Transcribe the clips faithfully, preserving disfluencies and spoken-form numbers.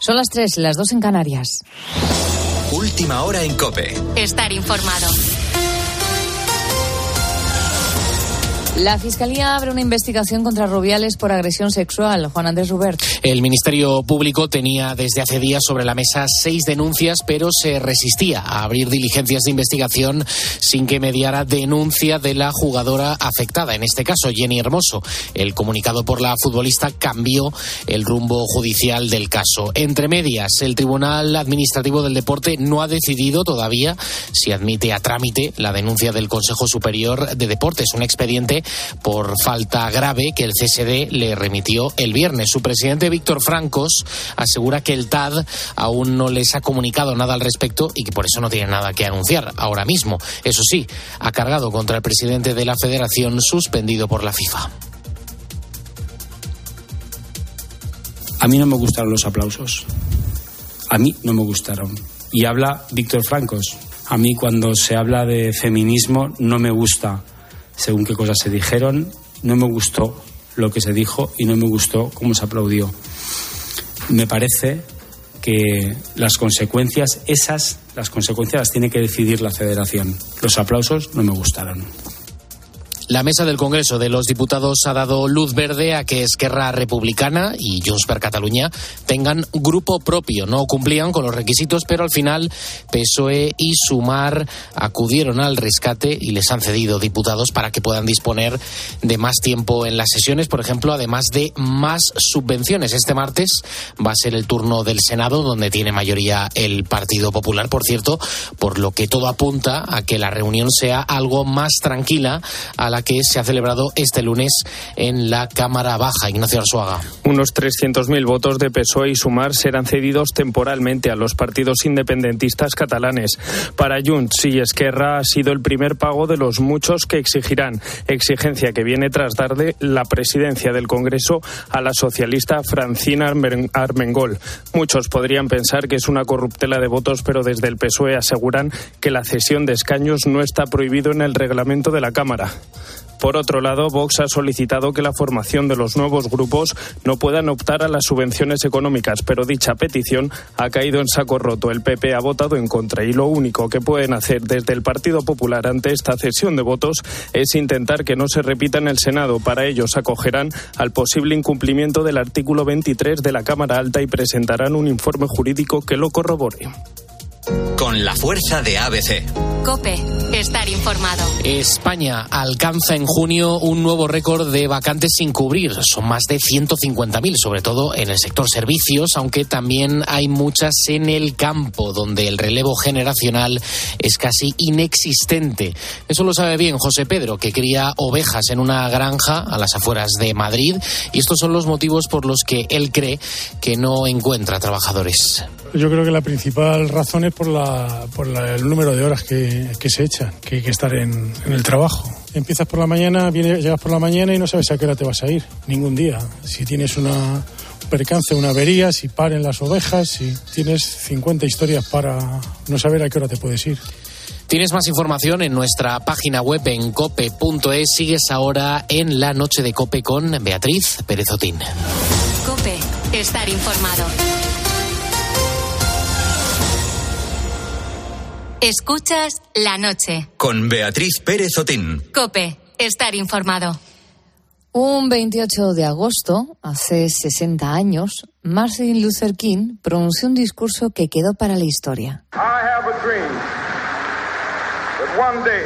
Son las tres, las dos en Canarias. Última hora en COPE. Estar informado. La Fiscalía abre una investigación contra Rubiales por agresión sexual. Juan Andrés Rubert. El Ministerio Público tenía desde hace días sobre la mesa seis denuncias, pero se resistía a abrir diligencias de investigación sin que mediara denuncia de la jugadora afectada, en este caso Jenny Hermoso. El comunicado por la futbolista cambió el rumbo judicial del caso. Entre medias, el Tribunal Administrativo del Deporte no ha decidido todavía si admite a trámite la denuncia del Consejo Superior de Deportes, un expediente por falta grave que el C S D le remitió el viernes. Su presidente, Víctor Francos, asegura que el T A D aún no les ha comunicado nada al respecto y que por eso no tiene nada que anunciar ahora mismo. Eso sí, ha cargado contra el presidente de la Federación, suspendido por la FIFA. A mí no me gustaron los aplausos. A mí no me gustaron. Y habla Víctor Francos. A mí cuando se habla de feminismo no me gusta según qué cosas se dijeron, no me gustó lo que se dijo y no me gustó cómo se aplaudió. Me parece que las consecuencias, esas, las consecuencias las tiene que decidir la Federación. Los aplausos no me gustaron. La mesa del Congreso de los Diputados ha dado luz verde a que Esquerra Republicana y Junts per Catalunya tengan grupo propio. No cumplían con los requisitos, pero al final P S O E y Sumar acudieron al rescate y les han cedido diputados para que puedan disponer de más tiempo en las sesiones, por ejemplo, además de más subvenciones. Este martes va a ser el turno del Senado, donde tiene mayoría el Partido Popular, por cierto, por lo que todo apunta a que la reunión sea algo más tranquila a la que se ha celebrado este lunes en la Cámara Baja. Ignacio Arzuaga. Unos trescientos mil votos de P S O E y Sumar serán cedidos temporalmente a los partidos independentistas catalanes. Para Junts y Esquerra ha sido el primer pago de los muchos que exigirán, exigencia que viene tras darle la presidencia del Congreso a la socialista Francina Armengol. Muchos podrían pensar que es una corruptela de votos, pero desde el P S O E aseguran que la cesión de escaños no está prohibido en el reglamento de la Cámara. Por otro lado, Vox ha solicitado que la formación de los nuevos grupos no puedan optar a las subvenciones económicas, pero dicha petición ha caído en saco roto. El P P ha votado en contra y lo único que pueden hacer desde el Partido Popular ante esta cesión de votos es intentar que no se repita en el Senado. Para ello se acogerán al posible incumplimiento del artículo veintitrés de la Cámara Alta y presentarán un informe jurídico que lo corrobore. Con la fuerza de A B C. COPE. Estar informado. España alcanza en junio un nuevo récord de vacantes sin cubrir. Son más de ciento cincuenta mil, sobre todo en el sector servicios, aunque también hay muchas en el campo, donde el relevo generacional es casi inexistente. Eso lo sabe bien José Pedro, que cría ovejas en una granja a las afueras de Madrid, y estos son los motivos por los que él cree que no encuentra trabajadores. Yo creo que la principal razón es por, la, por la, el número de horas que, que se echan, que hay que estar en, en el trabajo. Empiezas por la mañana, vienes, llegas por la mañana y no sabes a qué hora te vas a ir, ningún día. Si tienes una, un percance, una avería, si paren las ovejas, si tienes cincuenta historias para no saber a qué hora te puedes ir. Tienes más información en nuestra página web en cope punto es. Sigues ahora en La Noche de COPE con Beatriz Pérez Otín. COPE. Estar informado. Escuchas La Noche. Con Beatriz Pérez Otín. COPE. Estar informado. Un veintiocho de agosto, hace sesenta años, Martin Luther King pronunció un discurso que quedó para la historia. I have a dream that one day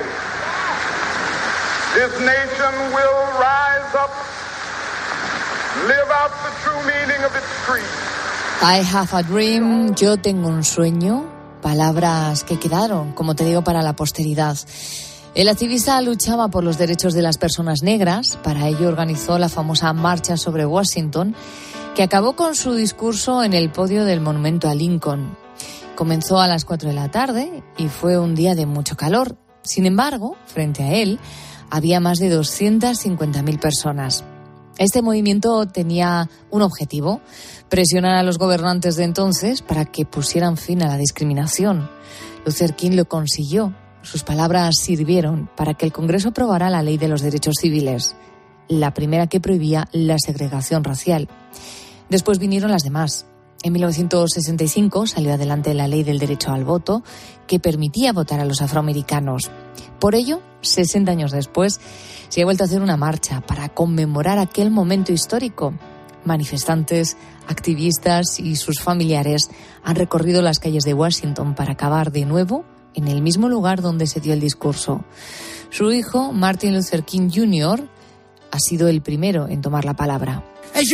this nation will rise up, live out the true meaning of its creed. I have a dream, yo tengo un sueño. Palabras que quedaron, como te digo, para la posteridad. El activista luchaba por los derechos de las personas negras. Para ello organizó la famosa Marcha sobre Washington, que acabó con su discurso en el podio del monumento a Lincoln. Comenzó a las cuatro de la tarde y fue un día de mucho calor. Sin embargo, frente a él había más de doscientas cincuenta mil personas. Este movimiento tenía un objetivo: presionar a los gobernantes de entonces para que pusieran fin a la discriminación. Luther King lo consiguió. Sus palabras sirvieron para que el Congreso aprobara la Ley de los Derechos Civiles, la primera que prohibía la segregación racial. Después vinieron las demás. En mil novecientos sesenta y cinco salió adelante la ley del derecho al voto, que permitía votar a los afroamericanos. Por ello, sesenta años después, se ha vuelto a hacer una marcha para conmemorar aquel momento histórico. Manifestantes, activistas y sus familiares han recorrido las calles de Washington para acabar de nuevo en el mismo lugar donde se dio el discurso. Su hijo, Martin Luther King junior, ha sido el primero en tomar la palabra.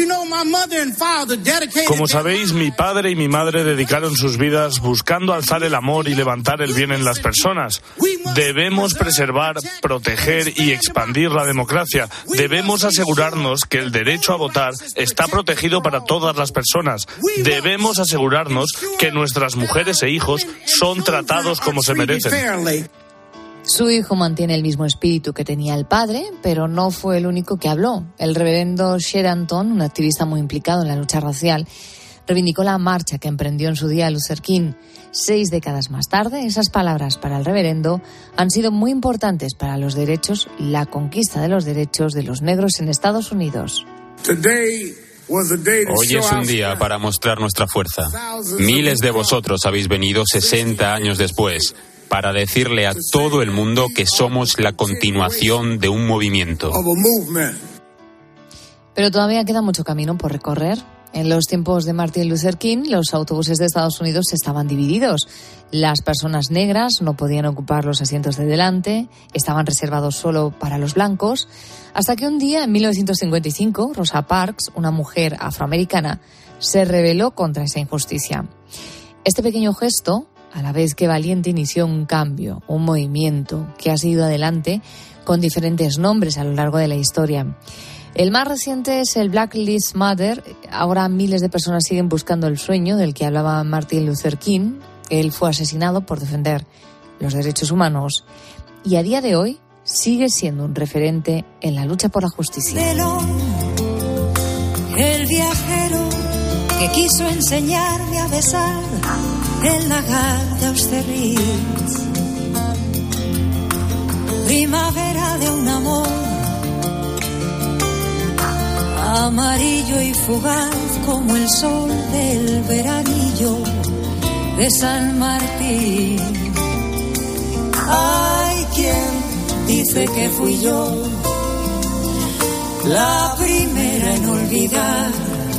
Como sabéis, mi padre y mi madre dedicaron sus vidas buscando alzar el amor y levantar el bien en las personas. Debemos preservar, proteger y expandir la democracia. Debemos asegurarnos que el derecho a votar está protegido para todas las personas. Debemos asegurarnos que nuestras mujeres e hijos son tratados como se merecen. Su hijo mantiene el mismo espíritu que tenía el padre, pero no fue el único que habló. El reverendo Sheraton, un activista muy implicado en la lucha racial, reivindicó la marcha que emprendió en su día Luther King. Seis décadas más tarde, esas palabras para el reverendo han sido muy importantes para los derechos, la conquista de los derechos de los negros en Estados Unidos. Hoy es un día para mostrar nuestra fuerza. Miles de vosotros habéis venido sesenta años después para decirle a todo el mundo que somos la continuación de un movimiento. Pero todavía queda mucho camino por recorrer. En los tiempos de Martin Luther King, los autobuses de Estados Unidos estaban divididos. Las personas negras no podían ocupar los asientos de delante, estaban reservados solo para los blancos, hasta que un día, en mil novecientos cincuenta y cinco, Rosa Parks, una mujer afroamericana, se rebeló contra esa injusticia. Este pequeño gesto, a la vez que valiente, inició un cambio, un movimiento que ha seguido adelante con diferentes nombres a lo largo de la historia. El más reciente es el Black Lives Matter. Ahora miles de personas siguen buscando el sueño del que hablaba Martin Luther King. Él fue asesinado por defender los derechos humanos y a día de hoy sigue siendo un referente en la lucha por la justicia. El viajero que quiso enseñarme a besar el lagar de Austerlitz, primavera de un amor amarillo y fugaz como el sol del veranillo de San Martín. Hay quien dice que fui yo la primera en olvidar,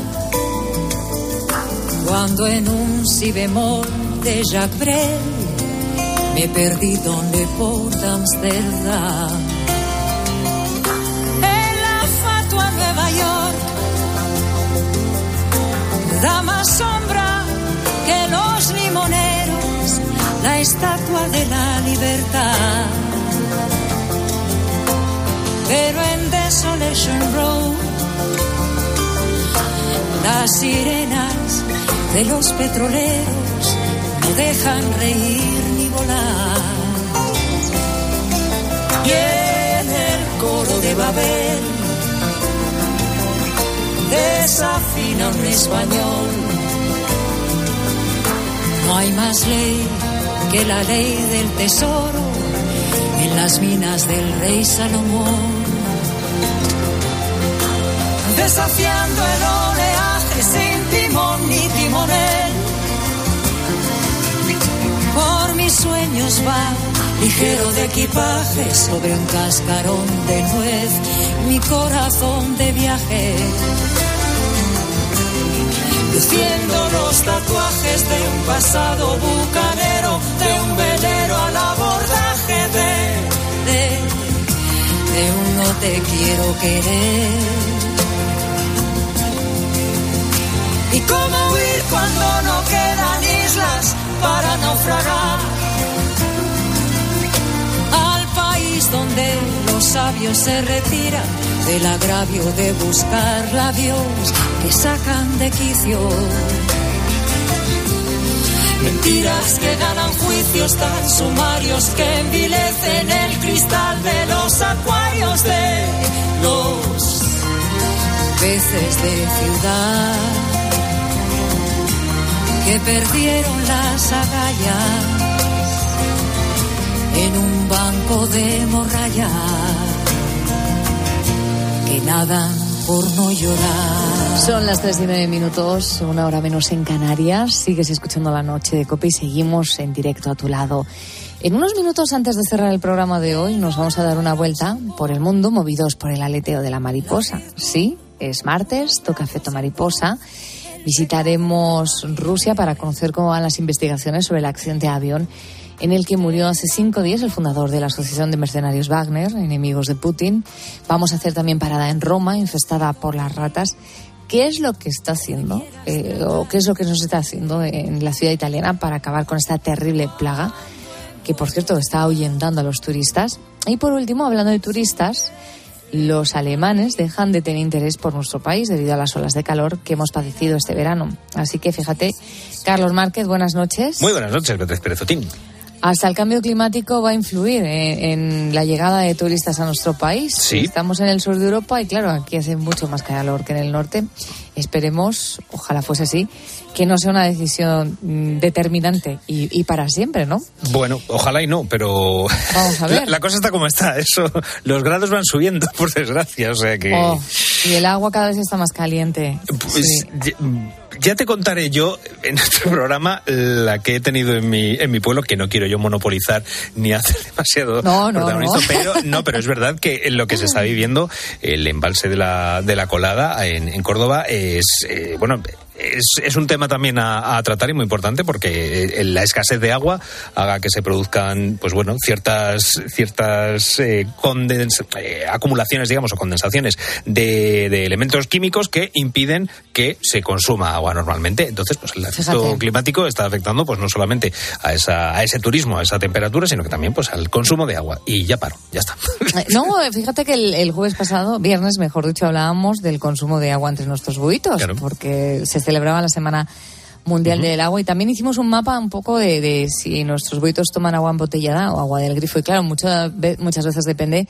cuando en un si bemol de Jacques Brel me perdí donde por Amsterdam. En la fatua Nueva York da más sombra que los limoneros la estatua de la libertad. Pero en Desolation Row las sirenas de los petroleros no dejan reír ni volar. Y en el coro de Babel desafina un español. No hay más ley que la ley del tesoro en las minas del rey Salomón. Desafiando el oleaje sin timón ni timonel, por mis sueños va ligero de equipaje sobre un cascarón de nuez, mi corazón de viaje, luciendo los tatuajes de un pasado bucanero, de un velero al abordaje de, de, de un no te quiero querer. ¿Y cómo huir cuando no quedan islas para naufragar? Al país donde los sabios se retiran del agravio de buscar labios que sacan de quicio. Mentiras que ganan juicios tan sumarios que envilecen el cristal de los acuarios de los peces de ciudad que perdieron las agallas en un banco de morralla, que nadan por no llorar. Son las tres y nueve minutos, una hora menos en Canarias. Sigues escuchando La Noche de COPE y seguimos en directo a tu lado. En unos minutos antes de cerrar el programa de hoy nos vamos a dar una vuelta por el mundo movidos por el aleteo de la mariposa. Sí, es martes, toca efecto mariposa. Visitaremos Rusia para conocer cómo van las investigaciones sobre el accidente de avión en el que murió hace cinco días el fundador de la Asociación de Mercenarios Wagner, enemigos de Putin. Vamos a hacer también parada en Roma, infestada por las ratas. ¿Qué es lo que está haciendo, eh, o qué es lo que nos está haciendo en la ciudad italiana para acabar con esta terrible plaga, que por cierto está ahuyentando a los turistas? Y por último, hablando de turistas, los alemanes dejan de tener interés por nuestro país debido a las olas de calor que hemos padecido este verano. Así que fíjate, Carlos Márquez, buenas noches. Muy buenas noches, Beatriz Pérez Otín. Hasta el cambio climático va a influir en, en la llegada de turistas a nuestro país. Sí. Estamos en el sur de Europa y claro, aquí hace mucho más calor que en el norte. Esperemos, ojalá fuese así, que no sea una decisión determinante y, y para siempre, ¿no? Bueno, ojalá y no, pero vamos a ver. La, la cosa está como está. Eso, los grados van subiendo, por desgracia, o sea que. Oh, y el agua cada vez está más caliente. Pues sí. ya, ya te contaré yo en nuestro programa la que he tenido en mi en mi pueblo, que no quiero yo monopolizar ni hacer demasiado no, no, protagonismo, no. pero no, pero es verdad que en lo que se está viviendo el embalse de la de la Colada en, en Córdoba es eh, bueno. Es, es un tema también a, a tratar y muy importante porque la escasez de agua haga que se produzcan, pues bueno, ciertas ciertas eh, condens, eh, acumulaciones, digamos, o condensaciones de, de elementos químicos que impiden que se consuma agua normalmente. Entonces, pues el efecto Fíjate. climático está afectando, pues no solamente a esa a ese turismo, a esa temperatura, sino que también, pues al consumo de agua. Y ya paro, ya está. No, fíjate que el, el jueves pasado, viernes, mejor dicho, hablábamos del consumo de agua entre nuestros buitos, claro. Porque se celebraba la Semana Mundial uh-huh. del Agua y también hicimos un mapa un poco de, de si nuestros buitos toman agua embotellada o agua del grifo y claro, muchas, muchas veces depende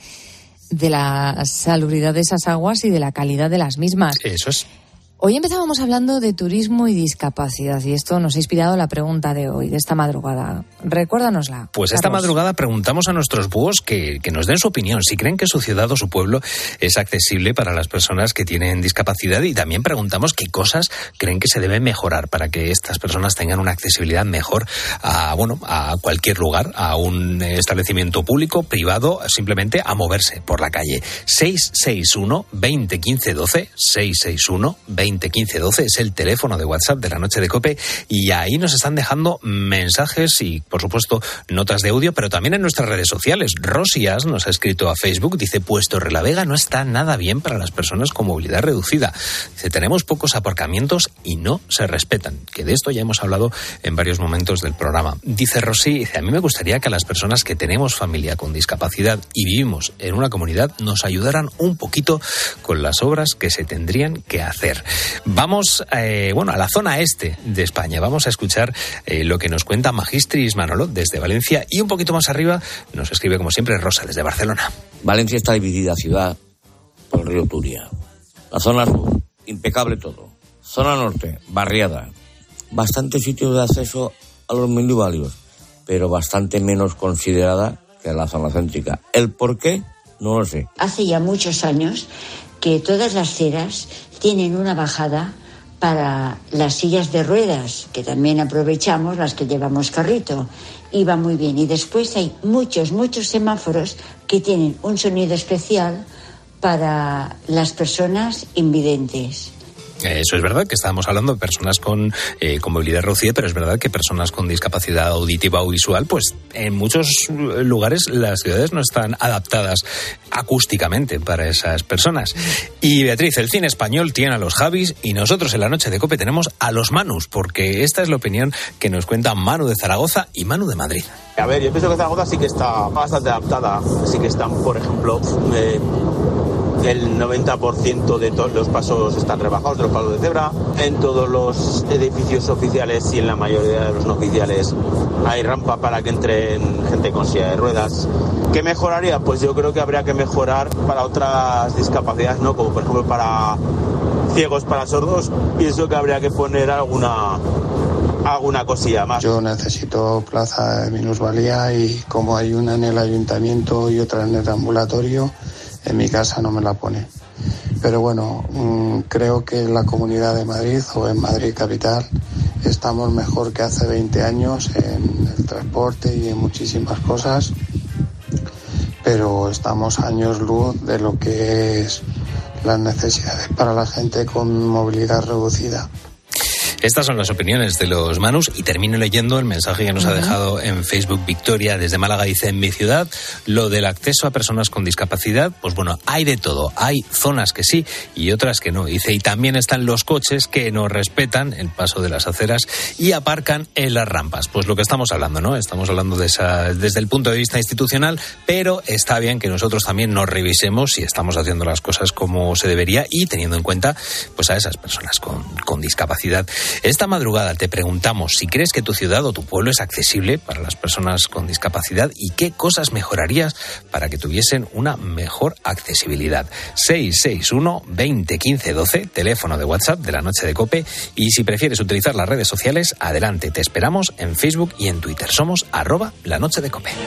de la salubridad de esas aguas y de la calidad de las mismas. Eso es. Hoy empezábamos hablando de turismo y discapacidad y esto nos ha inspirado la pregunta de hoy, de esta madrugada. Recuérdanosla. Pues esta Carlos. madrugada preguntamos a nuestros búhos que, que nos den su opinión, si creen que su ciudad o su pueblo es accesible para las personas que tienen discapacidad y también preguntamos qué cosas creen que se deben mejorar para que estas personas tengan una accesibilidad mejor a, bueno, a cualquier lugar, a un establecimiento público, privado, simplemente a moverse por la calle. seis seis uno, veinte, quince, doce, seis seis uno, veinte, quince, doce es el teléfono de WhatsApp de La Noche de COPE y ahí nos están dejando mensajes y, por supuesto, notas de audio, pero también en nuestras redes sociales. Rosías nos ha escrito a Facebook, dice, pues Torrelavega no está nada bien para las personas con movilidad reducida. Dice, tenemos pocos aparcamientos y no se respetan, que de esto ya hemos hablado en varios momentos del programa. Dice Rosy, dice, a mí me gustaría que a las personas que tenemos familia con discapacidad y vivimos en una comunidad nos ayudaran un poquito con las obras que se tendrían que hacer. Vamos eh, bueno, a la zona este de España. Vamos a escuchar eh, lo que nos cuenta Magistris Manolo desde Valencia y un poquito más arriba nos escribe como siempre Rosa desde Barcelona. Valencia está dividida ciudad por el río Turia. La zona sur, impecable todo. Zona norte, barriada. Bastante sitios de acceso a los minusválidos, pero bastante menos considerada que la zona céntrica. ¿El por qué? No lo sé. Hace ya muchos años que todas las aceras tienen una bajada para las sillas de ruedas, que también aprovechamos las que llevamos carrito, y va muy bien. Y después hay muchos, muchos semáforos que tienen un sonido especial para las personas invidentes. Eso es verdad, que estábamos hablando de personas con, eh, con movilidad reducida, pero es verdad que personas con discapacidad auditiva o visual, pues en muchos lugares las ciudades no están adaptadas acústicamente para esas personas. Y Beatriz, el cine español tiene a los Javis y nosotros en La Noche de COPE tenemos a los Manus, porque esta es la opinión que nos cuentan Manu de Zaragoza y Manu de Madrid. A ver, yo pienso que Zaragoza sí que está bastante adaptada, sí que están, por ejemplo, eh, el noventa por ciento de todos los pasos están rebajados, de los pasos de cebra. En todos los edificios oficiales y en la mayoría de los no oficiales hay rampa para que entren gente con silla de ruedas. ¿Qué mejoraría? Pues yo creo que habría que mejorar para otras discapacidades, ¿no? Como por ejemplo para ciegos, para sordos. Pienso que habría que poner alguna, alguna cosilla más. Yo necesito plaza de minusvalía y como hay una en el ayuntamiento y otra en el ambulatorio, en mi casa no me la pone. Pero bueno, mmm, creo que en la Comunidad de Madrid o en Madrid Capital estamos mejor que hace veinte años en el transporte y en muchísimas cosas, pero estamos años luz de lo que es las necesidades para la gente con movilidad reducida. Estas son las opiniones de los Manus y termino leyendo el mensaje que nos uh-huh. ha dejado en Facebook Victoria desde Málaga. Dice: en mi ciudad lo del acceso a personas con discapacidad, pues bueno, hay de todo. Hay zonas que sí y otras que no. Dice, y también están los coches que no respetan el paso de las aceras y aparcan en las rampas. Pues lo que estamos hablando, ¿no? Estamos hablando de esa, desde el punto de vista institucional, pero está bien que nosotros también nos revisemos si estamos haciendo las cosas como se debería y teniendo en cuenta pues a esas personas con, con discapacidad. Esta madrugada te preguntamos si crees que tu ciudad o tu pueblo es accesible para las personas con discapacidad y qué cosas mejorarías para que tuviesen una mejor accesibilidad. seis seis uno, veinte, quince, doce, teléfono de WhatsApp de la Noche de COPE, y si prefieres utilizar las redes sociales, adelante, te esperamos en Facebook y en Twitter. Somos arroba la Noche de COPE.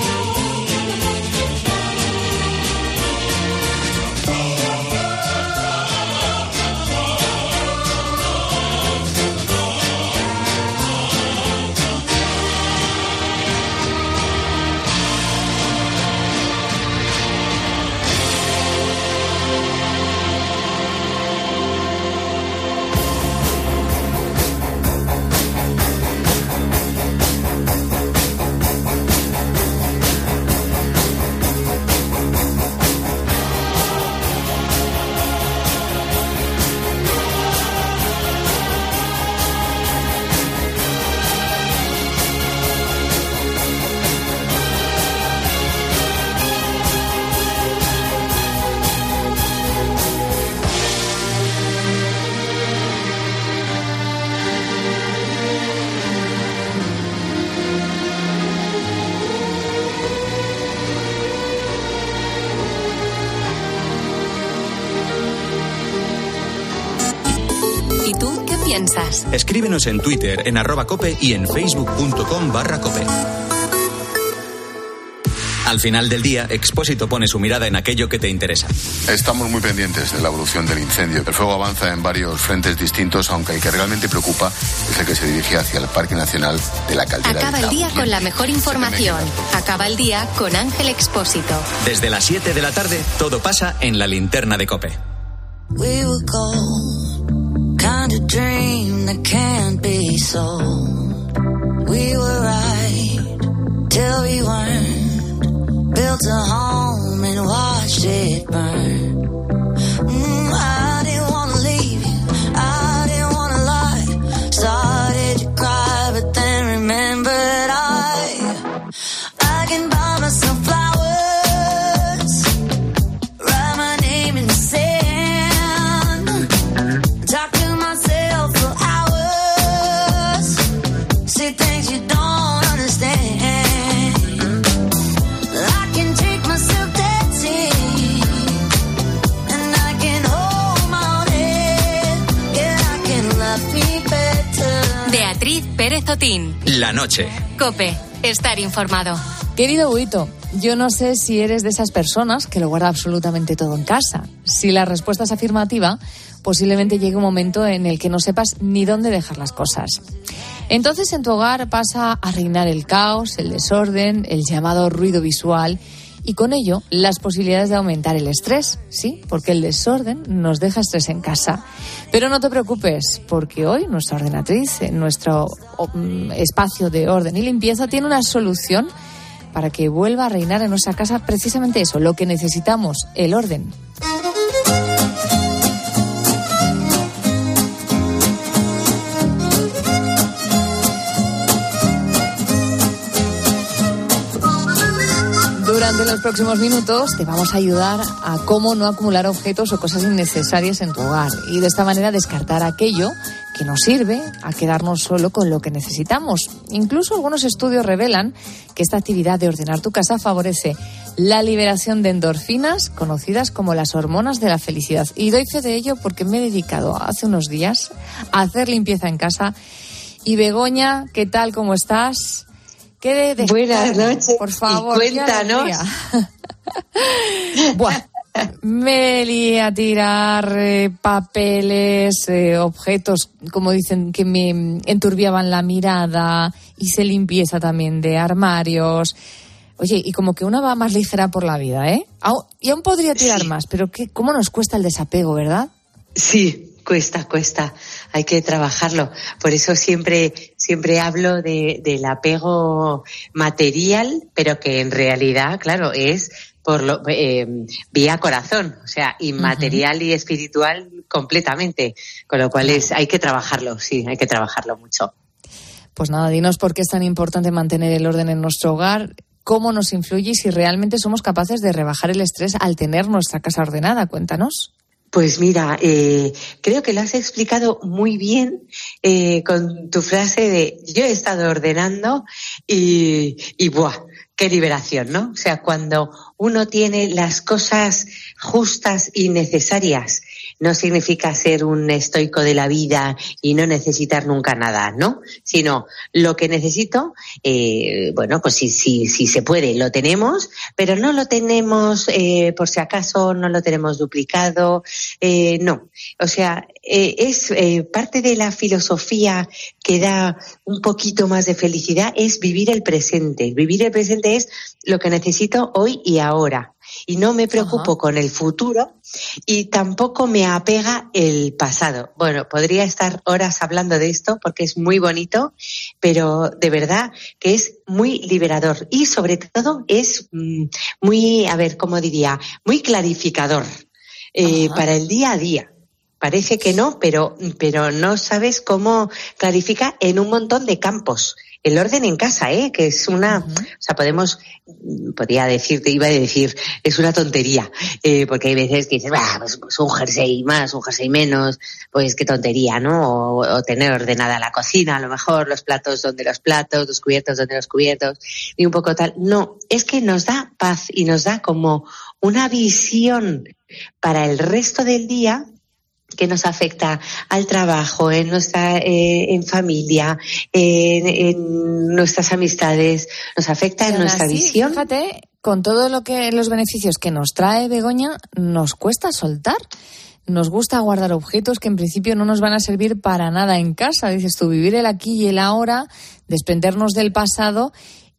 Escríbenos en Twitter, en arroba cope y en facebook.com barra cope. Al final del día, Expósito pone su mirada en aquello que te interesa. Estamos muy pendientes de la evolución del incendio. El fuego avanza en varios frentes distintos, aunque el que realmente preocupa es el que se dirige hacia el Parque Nacional de la Caldera. Acaba el día con la mejor información. Acaba el día con Ángel Expósito. Desde las siete de la tarde, todo pasa en la linterna de COPE. We were gold, kind of dream that can't be sold. We were right till we weren't. Built a home and watched it burn. Mm, I didn't want to leave you, I didn't want to lie. Started to cry, but then remembered I I can buy myself flowers, write my name in the sand, talk to myself for hours, say things you don't understand. Beatriz Pérez Otín. La noche. COPE. Estar informado. Querido Buito, yo no sé si eres de esas personas que lo guarda absolutamente todo en casa. Si la respuesta es afirmativa, posiblemente llegue un momento en el que no sepas ni dónde dejar las cosas. Entonces en tu hogar pasa a reinar el caos, el desorden, el llamado ruido visual y con ello las posibilidades de aumentar el estrés, ¿sí? Porque el desorden nos deja estrés en casa. Pero no te preocupes, porque hoy nuestra ordenatriz, en nuestro um, espacio de orden y limpieza, tiene una solución para que vuelva a reinar en nuestra casa precisamente eso, lo que necesitamos, el orden. Durante los próximos minutos te vamos a ayudar a cómo no acumular objetos o cosas innecesarias en tu hogar y de esta manera descartar aquello que nos sirve, a quedarnos solo con lo que necesitamos. Incluso algunos estudios revelan que esta actividad de ordenar tu casa favorece la liberación de endorfinas, conocidas como las hormonas de la felicidad. Y doy fe de ello porque me he dedicado hace unos días a hacer limpieza en casa. Y Begoña, ¿qué tal? ¿Cómo estás? ¿Qué de, de Buenas noches, por favor, y cuéntanos. Buah, me lié a tirar eh, papeles, eh, objetos, como dicen, que me enturbiaban la mirada, hice limpieza también de armarios. Oye, y como que una va más ligera por la vida, ¿eh? Y aún podría tirar sí. más, pero ¿qué, ¿cómo nos cuesta el desapego, verdad? Sí, cuesta, cuesta. Hay que trabajarlo. Por eso siempre, siempre hablo de, del apego material, pero que en realidad, claro, es por lo, eh, vía corazón, o sea, inmaterial uh-huh. y espiritual completamente. Con lo cual es, hay que trabajarlo, sí, hay que trabajarlo mucho. Pues nada, dinos por qué es tan importante mantener el orden en nuestro hogar, cómo nos influye y si realmente somos capaces de rebajar el estrés al tener nuestra casa ordenada. Cuéntanos. Pues mira, eh, creo que lo has explicado muy bien eh, con tu frase de yo he estado ordenando y, y ¡buah! ¡Qué liberación!, ¿no? O sea, cuando uno tiene las cosas justas y necesarias, no significa ser un estoico de la vida y no necesitar nunca nada, ¿no? Sino lo que necesito, eh, bueno, pues si, si, si se puede, lo tenemos, pero no lo tenemos, eh, por si acaso, no lo tenemos duplicado, eh, no. O sea, eh, es eh, parte de la filosofía que da un poquito más de felicidad, es vivir el presente. Vivir el presente es lo que necesito hoy y ahora. Y no me preocupo Ajá. con el futuro y tampoco me apega el pasado. Bueno, podría estar horas hablando de esto porque es muy bonito, pero de verdad que es muy liberador y sobre todo es mm, muy, a ver, ¿cómo diría? Muy clarificador eh, para el día a día. Parece que no, pero, pero no sabes cómo clarifica en un montón de campos. El orden en casa, ¿eh? Que es una, uh-huh. o sea, podemos, podría decirte, iba a decir, es una tontería, eh, porque hay veces que dices, bah, pues, pues un jersey más, un jersey menos, pues qué tontería, ¿no? O, o tener ordenada la cocina, a lo mejor, los platos donde los platos, los cubiertos donde los cubiertos, y un poco tal. No, es que nos da paz y nos da como una visión para el resto del día que nos afecta al trabajo, en nuestra, eh, en familia, en, en nuestras amistades, nos afecta en nuestra así, visión. Fíjate, con todo lo que los beneficios que nos trae Begoña, nos cuesta soltar. Nos gusta guardar objetos que en principio no nos van a servir para nada en casa. Dices tú, vivir el aquí y el ahora, desprendernos del pasado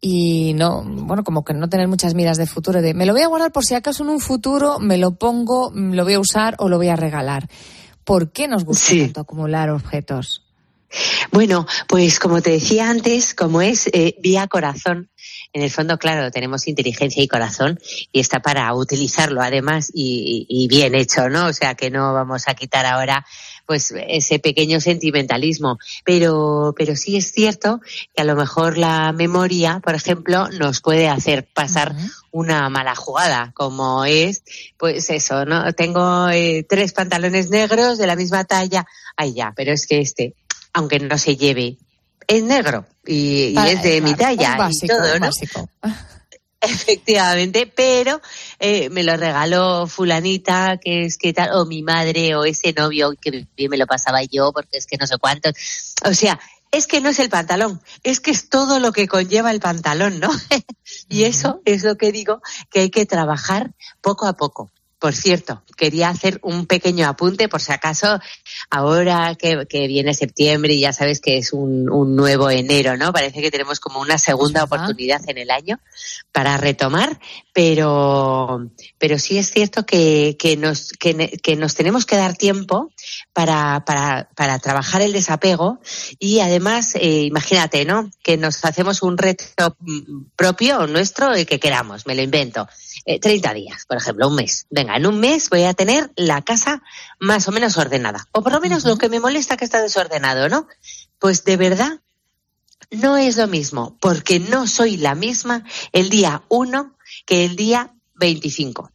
y no, bueno, como que no tener muchas miras de futuro, de me lo voy a guardar por si acaso en un futuro, me lo pongo, lo voy a usar o lo voy a regalar. ¿Por qué nos gusta sí. tanto acumular objetos? Bueno, pues como te decía antes, como es eh, vía corazón, en el fondo, claro, tenemos inteligencia y corazón y está para utilizarlo además y, y, y bien hecho, ¿no? O sea, que no vamos a quitar ahora pues ese pequeño sentimentalismo, pero pero sí es cierto que a lo mejor la memoria, por ejemplo, nos puede hacer pasar uh-huh. una mala jugada, como es, pues eso, ¿no? Tengo eh, tres pantalones negros de la misma talla, ay ya, pero es que este, aunque no se lleve, es negro y, y ah, es de claro, mi talla básico, y todo, ¿no? Básico. Efectivamente, pero eh, me lo regaló fulanita, que es que tal, o mi madre, o ese novio, que bien me lo pasaba yo, porque es que no sé cuántos. O sea, es que no es el pantalón, es que es todo lo que conlleva el pantalón, ¿no? Y eso es lo que digo, que hay que trabajar poco a poco. Por cierto, quería hacer un pequeño apunte por si acaso ahora que, que viene septiembre y ya sabes que es un, un nuevo enero, ¿no? Parece que tenemos como una segunda oportunidad en el año para retomar, pero pero sí es cierto que, que nos que, que nos tenemos que dar tiempo para para para trabajar el desapego y además eh, imagínate, ¿no? Que nos hacemos un reto propio nuestro, el que queramos, me lo invento. Eh, treinta días, por ejemplo, un mes. Venga, en un mes voy a tener la casa más o menos ordenada. O por lo menos uh-huh. lo que me molesta que está desordenado, ¿no? Pues de verdad no es lo mismo, porque no soy la misma el día uno que el día veinticinco.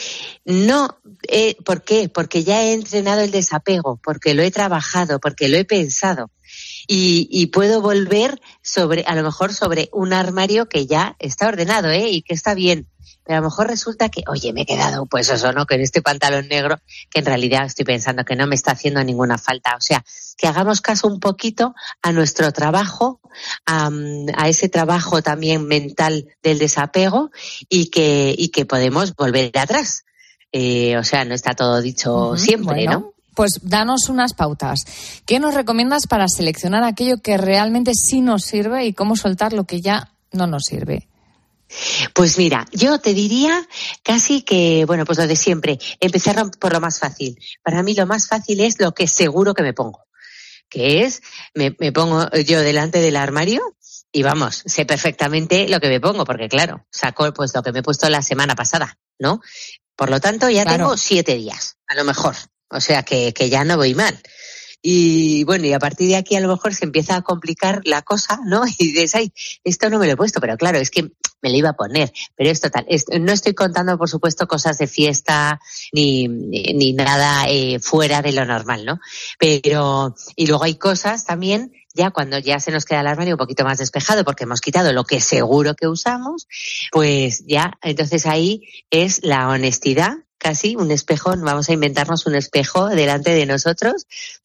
No, eh, ¿por qué? Porque ya he entrenado el desapego, porque lo he trabajado, porque lo he pensado. Y, y puedo volver sobre, a lo mejor sobre un armario que ya está ordenado, ¿eh? Y que está bien. Pero a lo mejor resulta que, oye, me he quedado, pues eso, ¿no? Con este pantalón negro, que en realidad estoy pensando que no me está haciendo ninguna falta. O sea, que hagamos caso un poquito a nuestro trabajo, a, a ese trabajo también mental del desapego y que, y que podemos volver atrás. Eh, o sea, no está todo dicho uh-huh, siempre, bueno. ¿no? Pues danos unas pautas. ¿Qué nos recomiendas para seleccionar aquello que realmente sí nos sirve y cómo soltar lo que ya no nos sirve? Pues mira, yo te diría casi que, bueno, pues lo de siempre, empezar por lo más fácil. Para mí lo más fácil es lo que seguro que me pongo, que es, me, me pongo yo delante del armario y vamos, sé perfectamente lo que me pongo, porque claro, saco pues lo que me he puesto la semana pasada, ¿no? Por lo tanto, ya claro. tengo siete días, a lo mejor. O sea que, que ya no voy mal. Y bueno, y a partir de aquí a lo mejor se empieza a complicar la cosa, ¿no? Y dices, ay, esto no me lo he puesto, pero claro, es que me lo iba a poner. Pero es total, es, no estoy contando, por supuesto, cosas de fiesta ni, ni nada eh, fuera de lo normal, ¿no? Pero, y luego hay cosas también, ya cuando ya se nos queda el armario un poquito más despejado porque hemos quitado lo que seguro que usamos, pues ya, entonces ahí es la honestidad. Casi un espejo, vamos a inventarnos un espejo delante de nosotros,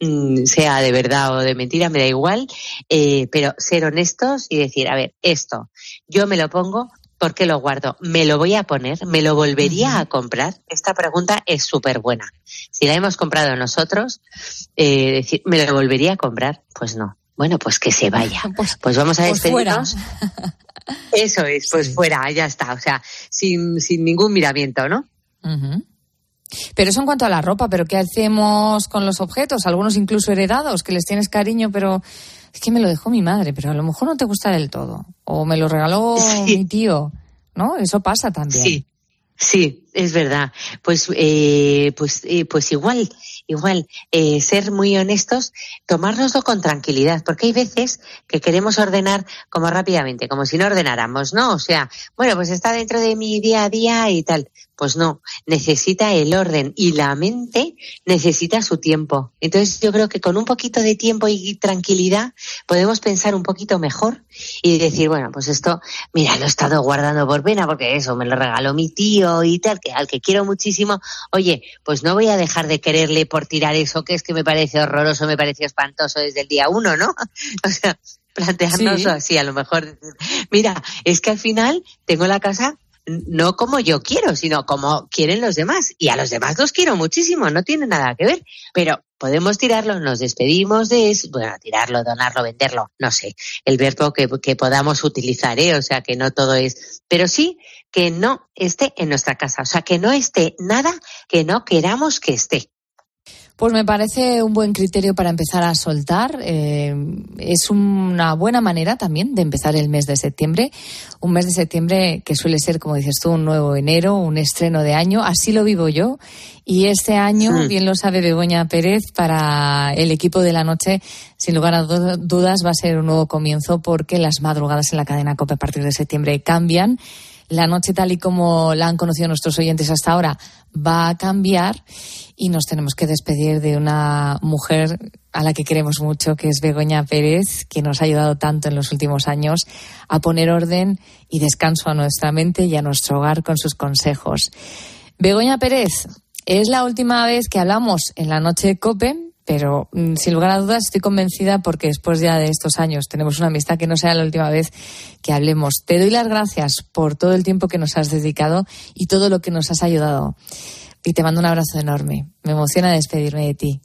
sea de verdad o de mentira, me da igual, eh, pero ser honestos y decir, a ver, esto, yo me lo pongo, ¿por qué lo guardo? ¿Me lo voy a poner? ¿Me lo volvería uh-huh. a comprar? Esta pregunta es súper buena. Si la hemos comprado nosotros, eh, decir, ¿me lo volvería a comprar? Pues no. Bueno, pues que se vaya. Pues, pues vamos a despedirnos. Pues eso es, pues sí. fuera, ya está. O sea, sin, sin ningún miramiento, ¿no? Uh-huh. Pero eso en cuanto a la ropa, pero ¿qué hacemos con los objetos? Algunos incluso heredados, que les tienes cariño, pero es que me lo dejó mi madre, pero a lo mejor no te gusta del todo. O me lo regaló sí. mi tío, ¿no? Eso pasa también. Sí, sí, es verdad. Pues, eh, pues, eh, pues igual, igual, eh, ser muy honestos, tomárnoslo con tranquilidad, porque hay veces que queremos ordenar como rápidamente, como si no ordenáramos, ¿no? O sea, bueno, pues está dentro de mi día a día y tal. Pues no, necesita el orden y la mente necesita su tiempo. Entonces yo creo que con un poquito de tiempo y tranquilidad podemos pensar un poquito mejor y decir, bueno, pues esto, mira, lo he estado guardando por pena porque eso me lo regaló mi tío y tal, que al que quiero muchísimo. Oye, pues no voy a dejar de quererle por tirar eso, que es que me parece horroroso, me pareció espantoso desde el día uno, ¿no? O sea, plantearnos sí. así, a lo mejor. Mira, es que al final tengo la casa no como yo quiero, sino como quieren los demás. Y a los demás los quiero muchísimo, no tiene nada que ver. Pero podemos tirarlo, nos despedimos de eso, bueno, tirarlo, donarlo, venderlo, no sé, el verbo que, que podamos utilizar, ¿eh? O sea, que no todo es... Pero sí que no esté en nuestra casa, o sea, que no esté nada que no queramos que esté. Pues me parece un buen criterio para empezar a soltar. Eh, es una buena manera también de empezar el mes de septiembre. Un mes de septiembre que suele ser, como dices tú, un nuevo enero, un estreno de año. Así lo vivo yo. Y este año, sí. bien lo sabe Begoña Pérez, para el equipo de la noche, sin lugar a dudas, va a ser un nuevo comienzo porque las madrugadas en la cadena COPE a partir de septiembre cambian. La noche, tal y como la han conocido nuestros oyentes hasta ahora, va a cambiar y nos tenemos que despedir de una mujer a la que queremos mucho, que es Begoña Pérez, que nos ha ayudado tanto en los últimos años a poner orden y descanso a nuestra mente y a nuestro hogar con sus consejos. Begoña Pérez, es la última vez que hablamos en la noche COPE, pero sin lugar a dudas estoy convencida porque después ya de estos años tenemos una amistad, que no sea la última vez que hablemos. Te doy las gracias por todo el tiempo que nos has dedicado y todo lo que nos has ayudado. Y te mando un abrazo enorme. Me emociona despedirme de ti.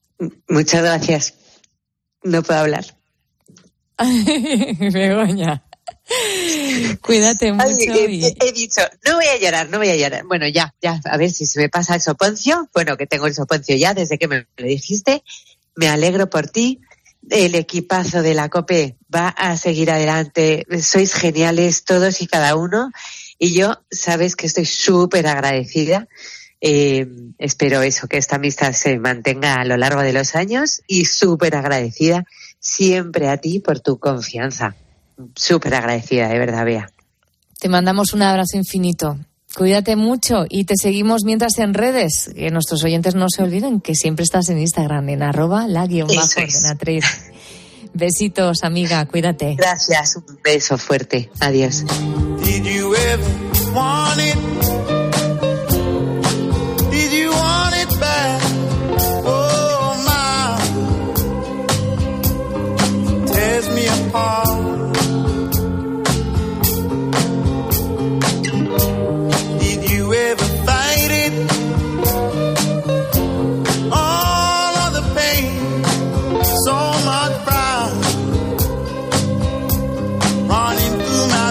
Muchas gracias. No puedo hablar. Begoña. Cuídate mucho. Ay, y... he, he dicho, no voy a llorar, no voy a llorar. Bueno, ya, ya, a ver si se me pasa el soponcio. Bueno, que tengo el soponcio ya desde que me lo dijiste. Me alegro por ti. El equipazo de la COPE va a seguir adelante. Sois geniales todos y cada uno. Y yo, sabes que estoy súper agradecida. Eh, espero eso, que esta amistad se mantenga a lo largo de los años y súper agradecida siempre a ti por tu confianza. Súper agradecida, de verdad, Bea. Te mandamos un abrazo infinito. Cuídate mucho y te seguimos mientras en redes. Que nuestros oyentes no se olviden que siempre estás en Instagram, en arroba la guión bajo ordenatriz. Besitos, amiga, cuídate. Gracias, un beso fuerte. Adiós. Did you ever want it? Did you want it back? Oh, my. Tears me apart. Did you ever fight it?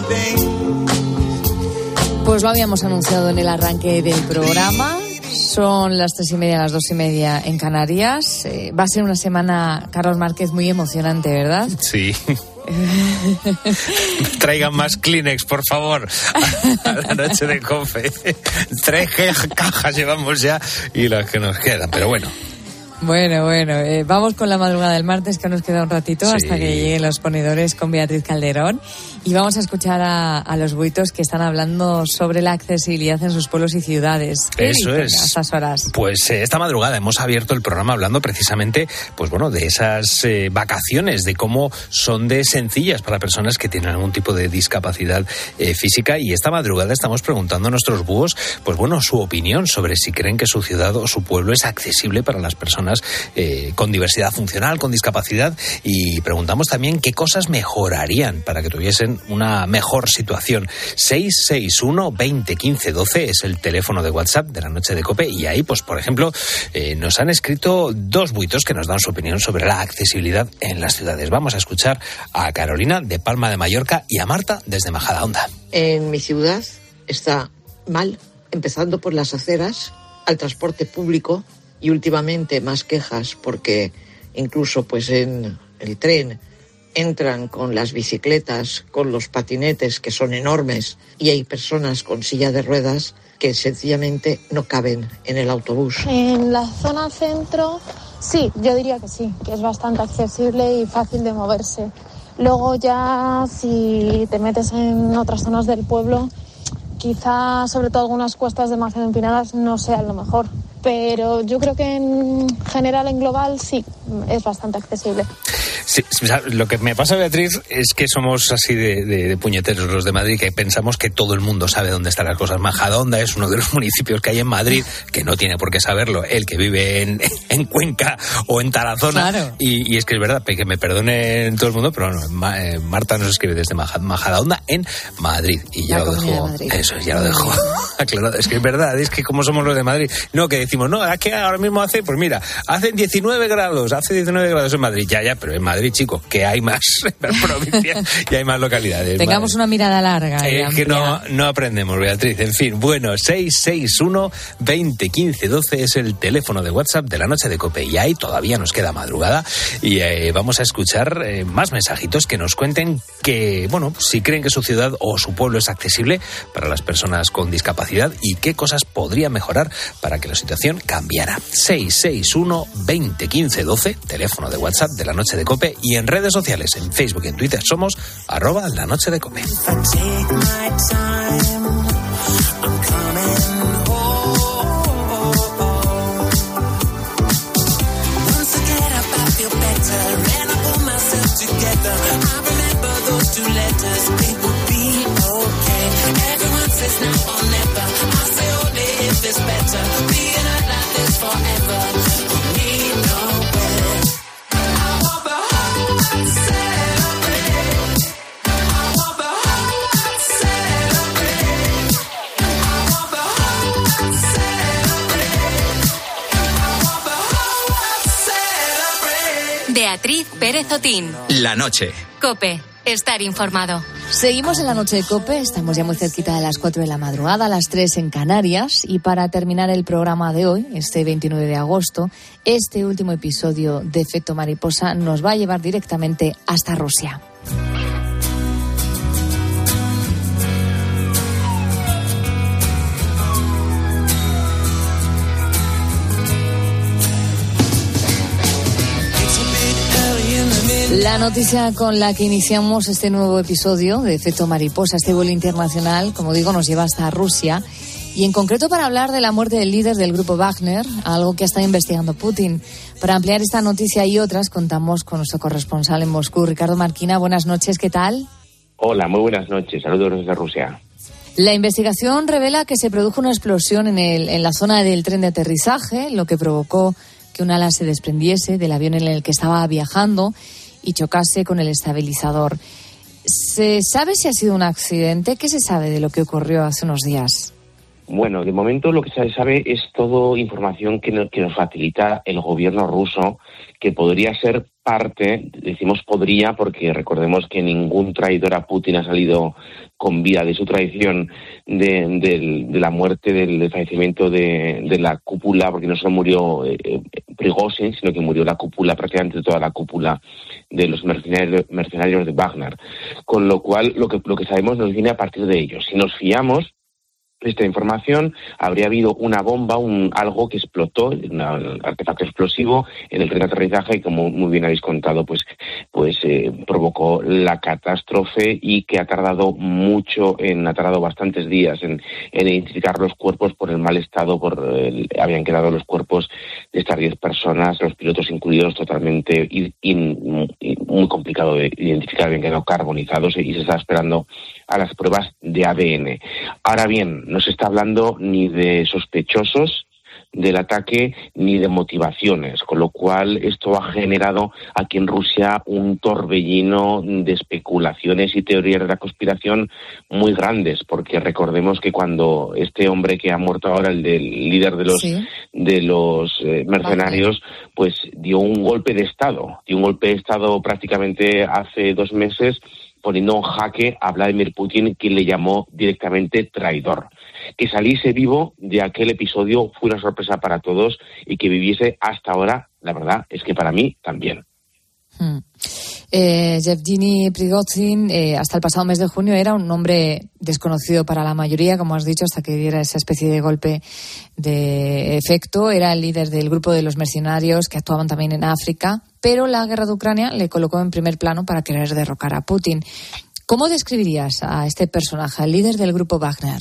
Pues lo habíamos anunciado en el arranque del programa. Son las tres y media, las dos y media en Canarias. Eh, va a ser una semana, Carlos Márquez, muy emocionante, ¿verdad? Sí. Traigan más Kleenex, por favor, a la noche de COPE. Tres cajas llevamos ya y las que nos quedan, pero bueno. Bueno, bueno, eh, vamos con la madrugada del martes, que nos queda un ratito, sí, hasta que lleguen los ponedores con Beatriz Calderón. Y vamos a escuchar a, a los buitos que están hablando sobre la accesibilidad en sus pueblos y ciudades. ¿Qué Eso dicen es. a estas horas? Pues eh, esta madrugada hemos abierto el programa hablando precisamente, pues bueno, de esas eh, vacaciones, de cómo son de sencillas para personas que tienen algún tipo de discapacidad eh, física. Y esta madrugada estamos preguntando a nuestros búhos, pues bueno, su opinión sobre si creen que su ciudad o su pueblo es accesible para las personas Eh, con diversidad funcional, con discapacidad, y preguntamos también qué cosas mejorarían para que tuviesen una mejor situación. seis seis uno, veinte, quince, doce es el teléfono de WhatsApp de la noche de COPE, y ahí, pues por ejemplo, eh, nos han escrito dos buitos que nos dan su opinión sobre la accesibilidad en las ciudades. Vamos a escuchar a Carolina de Palma de Mallorca y a Marta desde Majadahonda. En mi ciudad está mal, empezando por las aceras, al transporte público, y últimamente más quejas porque incluso pues en el tren entran con las bicicletas, con los patinetes que son enormes, y hay personas con silla de ruedas que sencillamente no caben en el autobús. En la zona centro, sí, yo diría que sí, que es bastante accesible y fácil de moverse. Luego ya si te metes en otras zonas del pueblo, quizá sobre todo algunas cuestas demasiado empinadas no sean lo mejor. Pero yo creo que en general, en global, sí, es bastante accesible. Sí, lo que me pasa, Beatriz, es que somos así de, de, de puñeteros los de Madrid, que pensamos que todo el mundo sabe dónde están las cosas. Majadahonda es uno de los municipios que hay en Madrid, que no tiene por qué saberlo el que vive en, en Cuenca o en Tarazona. Claro. Y, y es que es verdad, que me perdonen todo el mundo, pero no, Ma, eh, Marta nos escribe desde Majadahonda en Madrid. Y ya la lo dejo. Eso, ya lo dejo aclarado. Es que es verdad, es que como somos los de Madrid, no que decimos, no, es que ahora mismo hace, pues mira, hace diecinueve grados, hace diecinueve grados en Madrid, ya, ya, pero en Madrid, chico, que hay más provincias y hay más localidades. Tengamos Madre. una mirada larga. Es que no, no aprendemos, Beatriz. En fin, bueno, seis seis uno, veinte, quince, doce es el teléfono de WhatsApp de la noche de COPE, y ahí todavía nos queda madrugada y eh, vamos a escuchar eh, más mensajitos que nos cuenten que, bueno, si creen que su ciudad o su pueblo es accesible para las personas con discapacidad y qué cosas podría mejorar para que la situación cambiara. seis seis uno, veinte, quince, doce, teléfono de WhatsApp de la noche de COPE, y en redes sociales, en Facebook y en Twitter somos arroba la noche de COPE. Beatriz Pérez Otín. La noche. COPE. Estar informado. Seguimos en la noche de COPE, estamos ya muy cerquita de las cuatro de la madrugada, a las tres en Canarias, y para terminar el programa de hoy, este veintinueve de agosto, este último episodio de Efecto Mariposa nos va a llevar directamente hasta Rusia. La noticia con la que iniciamos este nuevo episodio de Efecto Mariposa, este vuelo internacional, como digo, nos lleva hasta Rusia, y en concreto para hablar de la muerte del líder del grupo Wagner, algo que ha estado investigando Putin. Para ampliar esta noticia y otras, contamos con nuestro corresponsal en Moscú, Ricardo Marquina. Buenas noches, ¿qué tal? Hola, muy buenas noches, saludos desde Rusia. La investigación revela que se produjo una explosión en, el, en la zona del tren de aterrizaje, lo que provocó que un ala se desprendiese del avión en el que estaba viajando y chocase con el estabilizador. ¿Se sabe si ha sido un accidente? ¿Qué se sabe de lo que ocurrió hace unos días? Bueno, de momento lo que se sabe es todo información que nos, que nos facilita el gobierno ruso, que podría ser parte, decimos podría porque recordemos que ningún traidor a Putin ha salido con vida de su traición, de, de, de la muerte, del, del fallecimiento de, de la cúpula, porque no solo murió eh, Prigozhin, sino que murió la cúpula, prácticamente toda la cúpula de los mercenarios, mercenarios de Wagner. Con lo cual, lo que, lo que sabemos nos viene a partir de ellos. Si nos fiamos esta información, habría habido una bomba, un algo que explotó, un artefacto explosivo en el tren de aterrizaje y, como muy bien habéis contado, pues pues eh, provocó la catástrofe, y que ha tardado mucho, en ha tardado bastantes días en, en identificar los cuerpos por el mal estado, por el, habían quedado los cuerpos de estas diez personas, los pilotos incluidos, totalmente in, in, in, muy complicado de identificar, habían quedado carbonizados, y se está esperando a las pruebas de A D N. Ahora bien, no se está hablando ni de sospechosos del ataque ni de motivaciones, con lo cual esto ha generado aquí en Rusia un torbellino de especulaciones y teorías de la conspiración muy grandes, porque recordemos que cuando este hombre que ha muerto ahora, el del líder de los sí. de los eh, mercenarios, pues dio un golpe de Estado, dio un golpe de Estado prácticamente hace dos meses, poniendo en jaque a Vladimir Putin, quien le llamó directamente traidor. Que saliese vivo de aquel episodio fue una sorpresa para todos, y que viviese hasta ahora, la verdad es que para mí también. Hmm. Eh, Yevgeny Prigozhin, eh, hasta el pasado mes de junio, era un nombre desconocido para la mayoría, como has dicho, hasta que diera esa especie de golpe de efecto. Era el líder del grupo de los mercenarios que actuaban también en África, pero la guerra de Ucrania le colocó en primer plano para querer derrocar a Putin. ¿Cómo describirías a este personaje, el líder del grupo Wagner?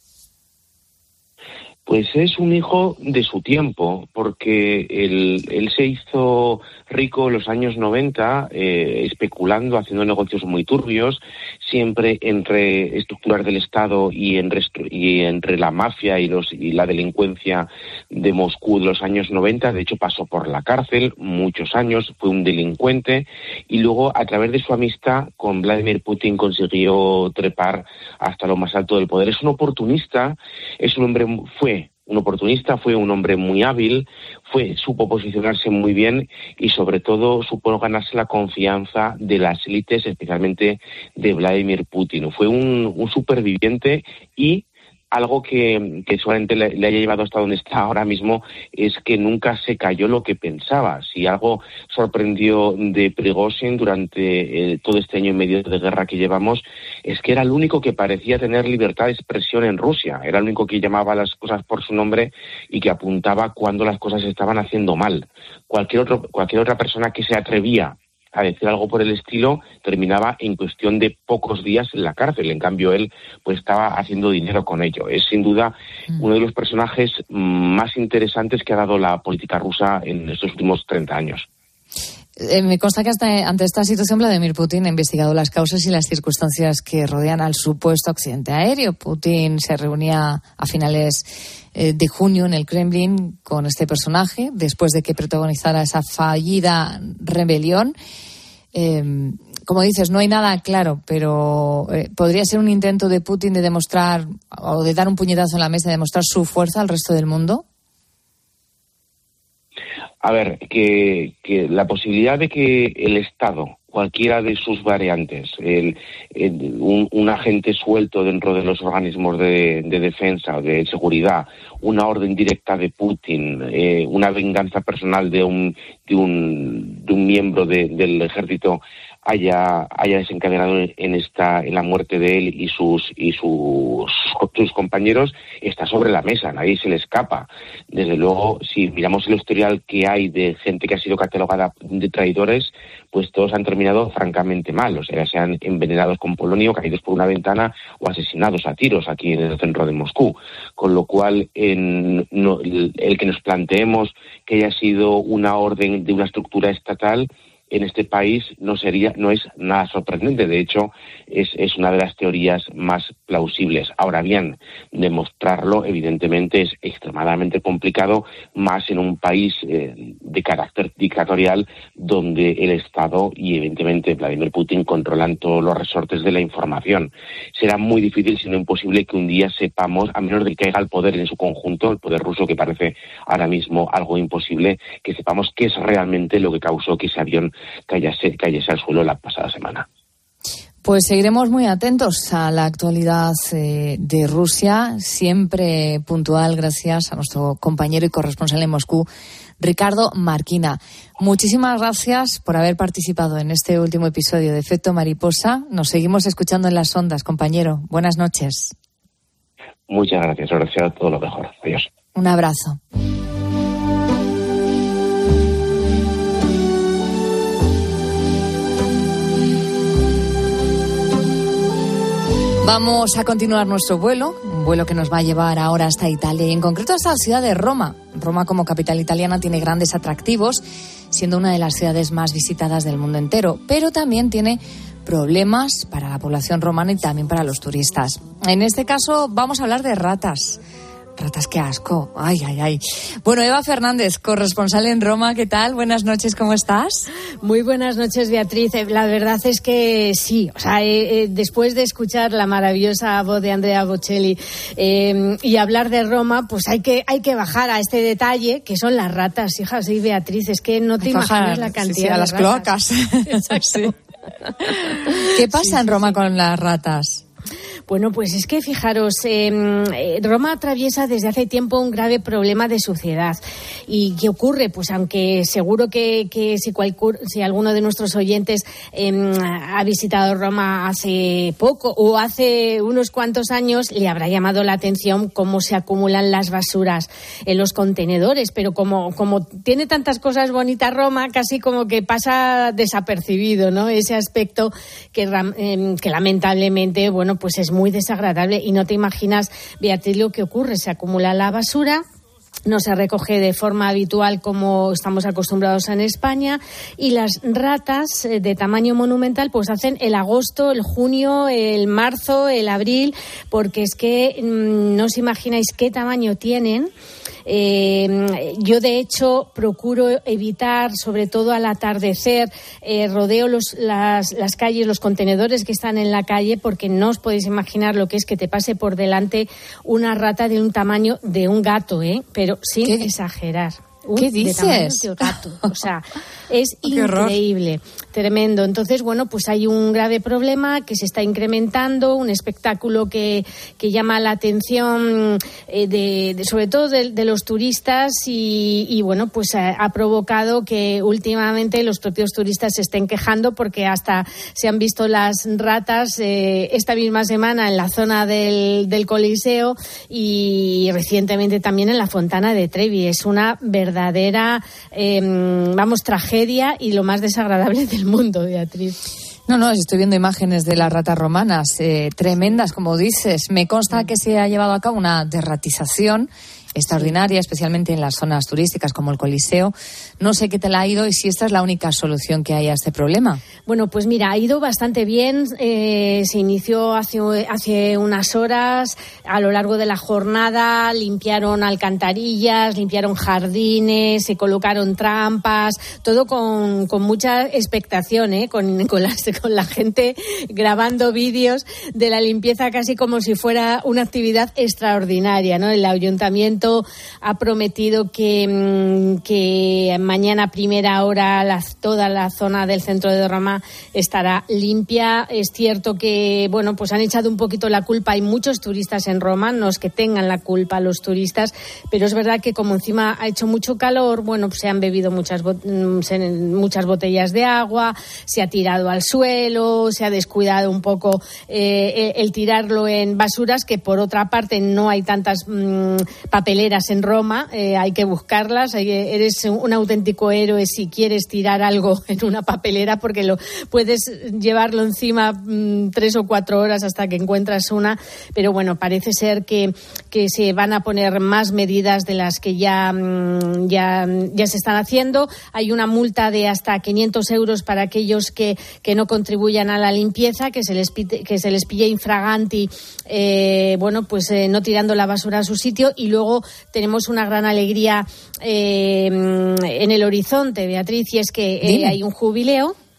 Pues es un hijo de su tiempo, porque él, él se hizo rico en los años noventa, eh, especulando, haciendo negocios muy turbios, siempre entre estructuras del Estado y, en restru- y entre la mafia y, los, y la delincuencia de Moscú de los años noventa. De hecho, pasó por la cárcel muchos años, fue un delincuente, y luego, a través de su amistad con Vladimir Putin, consiguió trepar hasta lo más alto del poder. Es un oportunista, es un hombre, fue un oportunista, fue un hombre muy hábil, fue supo posicionarse muy bien, y sobre todo supo ganarse la confianza de las élites, especialmente de Vladimir Putin. Fue un, un superviviente, y algo que, que solamente le, le haya llevado hasta donde está ahora mismo es que nunca se cayó lo que pensaba. Si algo sorprendió de Prigozhin durante eh, todo este año y medio de guerra que llevamos, es que era el único que parecía tener libertad de expresión en Rusia. Era el único que llamaba las cosas por su nombre y que apuntaba cuando las cosas se estaban haciendo mal. Cualquier otro, cualquier otra persona que se atrevía a decir algo por el estilo terminaba en cuestión de pocos días en la cárcel. En cambio, él pues estaba haciendo dinero con ello. Es sin duda uno de los personajes más interesantes que ha dado la política rusa en estos últimos treinta años. Eh, me consta que hasta ante esta situación Vladimir Putin ha investigado las causas y las circunstancias que rodean al supuesto accidente aéreo. Putin se reunía a finales eh, de junio en el Kremlin con este personaje, después de que protagonizara esa fallida rebelión. Eh, como dices, no hay nada claro, pero eh, podría ser un intento de Putin de demostrar, o de dar un puñetazo en la mesa, de demostrar su fuerza al resto del mundo. A ver, que, que la posibilidad de que el Estado, cualquiera de sus variantes, el, el, un, un agente suelto dentro de los organismos de, de defensa o de seguridad, una orden directa de Putin, eh, una venganza personal de un, de un, de un miembro de, del ejército, haya haya desencadenado en esta en la muerte de él y sus y sus sus compañeros, está sobre la mesa, nadie se le escapa. Desde luego, si miramos el historial que hay de gente que ha sido catalogada de traidores, pues todos han terminado francamente mal, o sea, sean envenenados con polonio, caídos por una ventana o asesinados a tiros aquí en el centro de Moscú. Con lo cual, en, no, el, el que nos planteemos que haya sido una orden de una estructura estatal en este país no sería, no es nada sorprendente. De hecho, es, es una de las teorías más plausibles. Ahora bien, demostrarlo evidentemente es extremadamente complicado, más en un país eh, de carácter dictatorial, donde el Estado y evidentemente Vladimir Putin controlan todos los resortes de la información. Será muy difícil, si no imposible, que un día sepamos, a menos de que caiga el poder en su conjunto, el poder ruso, que parece ahora mismo algo imposible, que sepamos qué es realmente lo que causó que ese avión cayese, cayese al suelo la pasada semana. Pues seguiremos muy atentos a la actualidad eh, de Rusia, siempre puntual, gracias a nuestro compañero y corresponsal en Moscú, Ricardo Marquina. Muchísimas gracias por haber participado en este último episodio de Efecto Mariposa. Nos seguimos escuchando en las ondas, compañero. Buenas noches. Muchas gracias, os deseo todo lo mejor. Adiós. Un abrazo. Vamos a continuar nuestro vuelo, un vuelo que nos va a llevar ahora hasta Italia y en concreto hasta la ciudad de Roma. Roma, como capital italiana, tiene grandes atractivos, siendo una de las ciudades más visitadas del mundo entero, pero también tiene problemas para la población romana y también para los turistas. En este caso vamos a hablar de ratas. Ratas, qué asco. Ay, ay, ay. Bueno, Eva Fernández, corresponsal en Roma, ¿qué tal? Buenas noches, ¿cómo estás? Muy buenas noches, Beatriz. La verdad es que sí. O sea, eh, eh, después de escuchar la maravillosa voz de Andrea Bocelli eh, y hablar de Roma, pues hay que hay que bajar a este detalle, que son las ratas. Hija, sí, Beatriz, es que no te imaginas bajar, la cantidad sí, sí, a de las ratas. Cloacas. Exacto. Sí. ¿Qué pasa sí, en Roma sí. con las ratas? Bueno, pues es que fijaros, eh, Roma atraviesa desde hace tiempo un grave problema de suciedad. ¿Y qué ocurre? Pues aunque seguro que, que si, cual, si alguno de nuestros oyentes eh, ha visitado Roma hace poco o hace unos cuantos años, le habrá llamado la atención cómo se acumulan las basuras en los contenedores. Pero como, como tiene tantas cosas bonitas Roma, casi como que pasa desapercibido, ¿no? Ese aspecto que, eh, que lamentablemente, bueno, pues es muy desagradable y no te imaginas, Beatriz, lo que ocurre. Se acumula la basura, no se recoge de forma habitual como estamos acostumbrados en España y las ratas de tamaño monumental pues hacen el agosto, el junio, el marzo, el abril, porque es que mmm, no os imagináis qué tamaño tienen. Eh, yo de hecho procuro evitar, sobre todo al atardecer, eh, rodeo los, las, las calles, los contenedores que están en la calle, porque no os podéis imaginar lo que es que te pase por delante una rata de un tamaño de un gato, ¿eh? Pero sin ¿Qué? exagerar. Un, ¿Qué dices? De tamaño de gato. O sea, es increíble, tremendo. Entonces, bueno, pues hay un grave problema que se está incrementando, un espectáculo que, que llama la atención eh, de, de sobre todo de, de los turistas y, y bueno, pues ha, ha provocado que últimamente los propios turistas se estén quejando porque hasta se han visto las ratas eh, esta misma semana en la zona del, del Coliseo y recientemente también en la Fontana de Trevi. Es una verdad verdadera, eh, vamos, tragedia y lo más desagradable del mundo, Beatriz. No, no, estoy viendo imágenes de las ratas romanas, eh, tremendas, como dices. Me consta que se ha llevado a cabo una derratización extraordinaria, especialmente en las zonas turísticas como el Coliseo. No sé qué te la ha ido y si esta es la única solución que hay a este problema. Bueno, pues mira, ha ido bastante bien. Eh, se inició hace, hace unas horas. A lo largo de la jornada limpiaron alcantarillas, limpiaron jardines, se colocaron trampas, todo con, con mucha expectación, ¿eh? con, con, las, con la gente grabando vídeos de la limpieza casi como si fuera una actividad extraordinaria, ¿no? El ayuntamiento ha prometido que, que mañana a primera hora la, toda la zona del centro de Roma estará limpia. Es cierto que, bueno, pues han echado un poquito la culpa. Hay muchos turistas en Roma, no es que tengan la culpa los turistas, pero es verdad que como encima ha hecho mucho calor, bueno, pues se han bebido muchas, muchas botellas de agua, se ha tirado al suelo, se ha descuidado un poco eh, el, el tirarlo en basuras, que por otra parte no hay tantas mmm, papeleras en Roma, eh, hay que buscarlas. Hay, eres un auténtico héroe si quieres tirar algo en una papelera, porque lo puedes llevarlo encima mmm, tres o cuatro horas hasta que encuentras una. Pero bueno, parece ser que, que se van a poner más medidas de las que ya, mmm, ya, ya se están haciendo. Hay una multa de hasta quinientos euros para aquellos que, que no contribuyan a la limpieza, que se les, que se les pille infraganti, eh, bueno, pues eh, no tirando la basura a su sitio. Y luego tenemos una gran alegría eh, en el horizonte, Beatriz, y es que eh, hay un jubileo.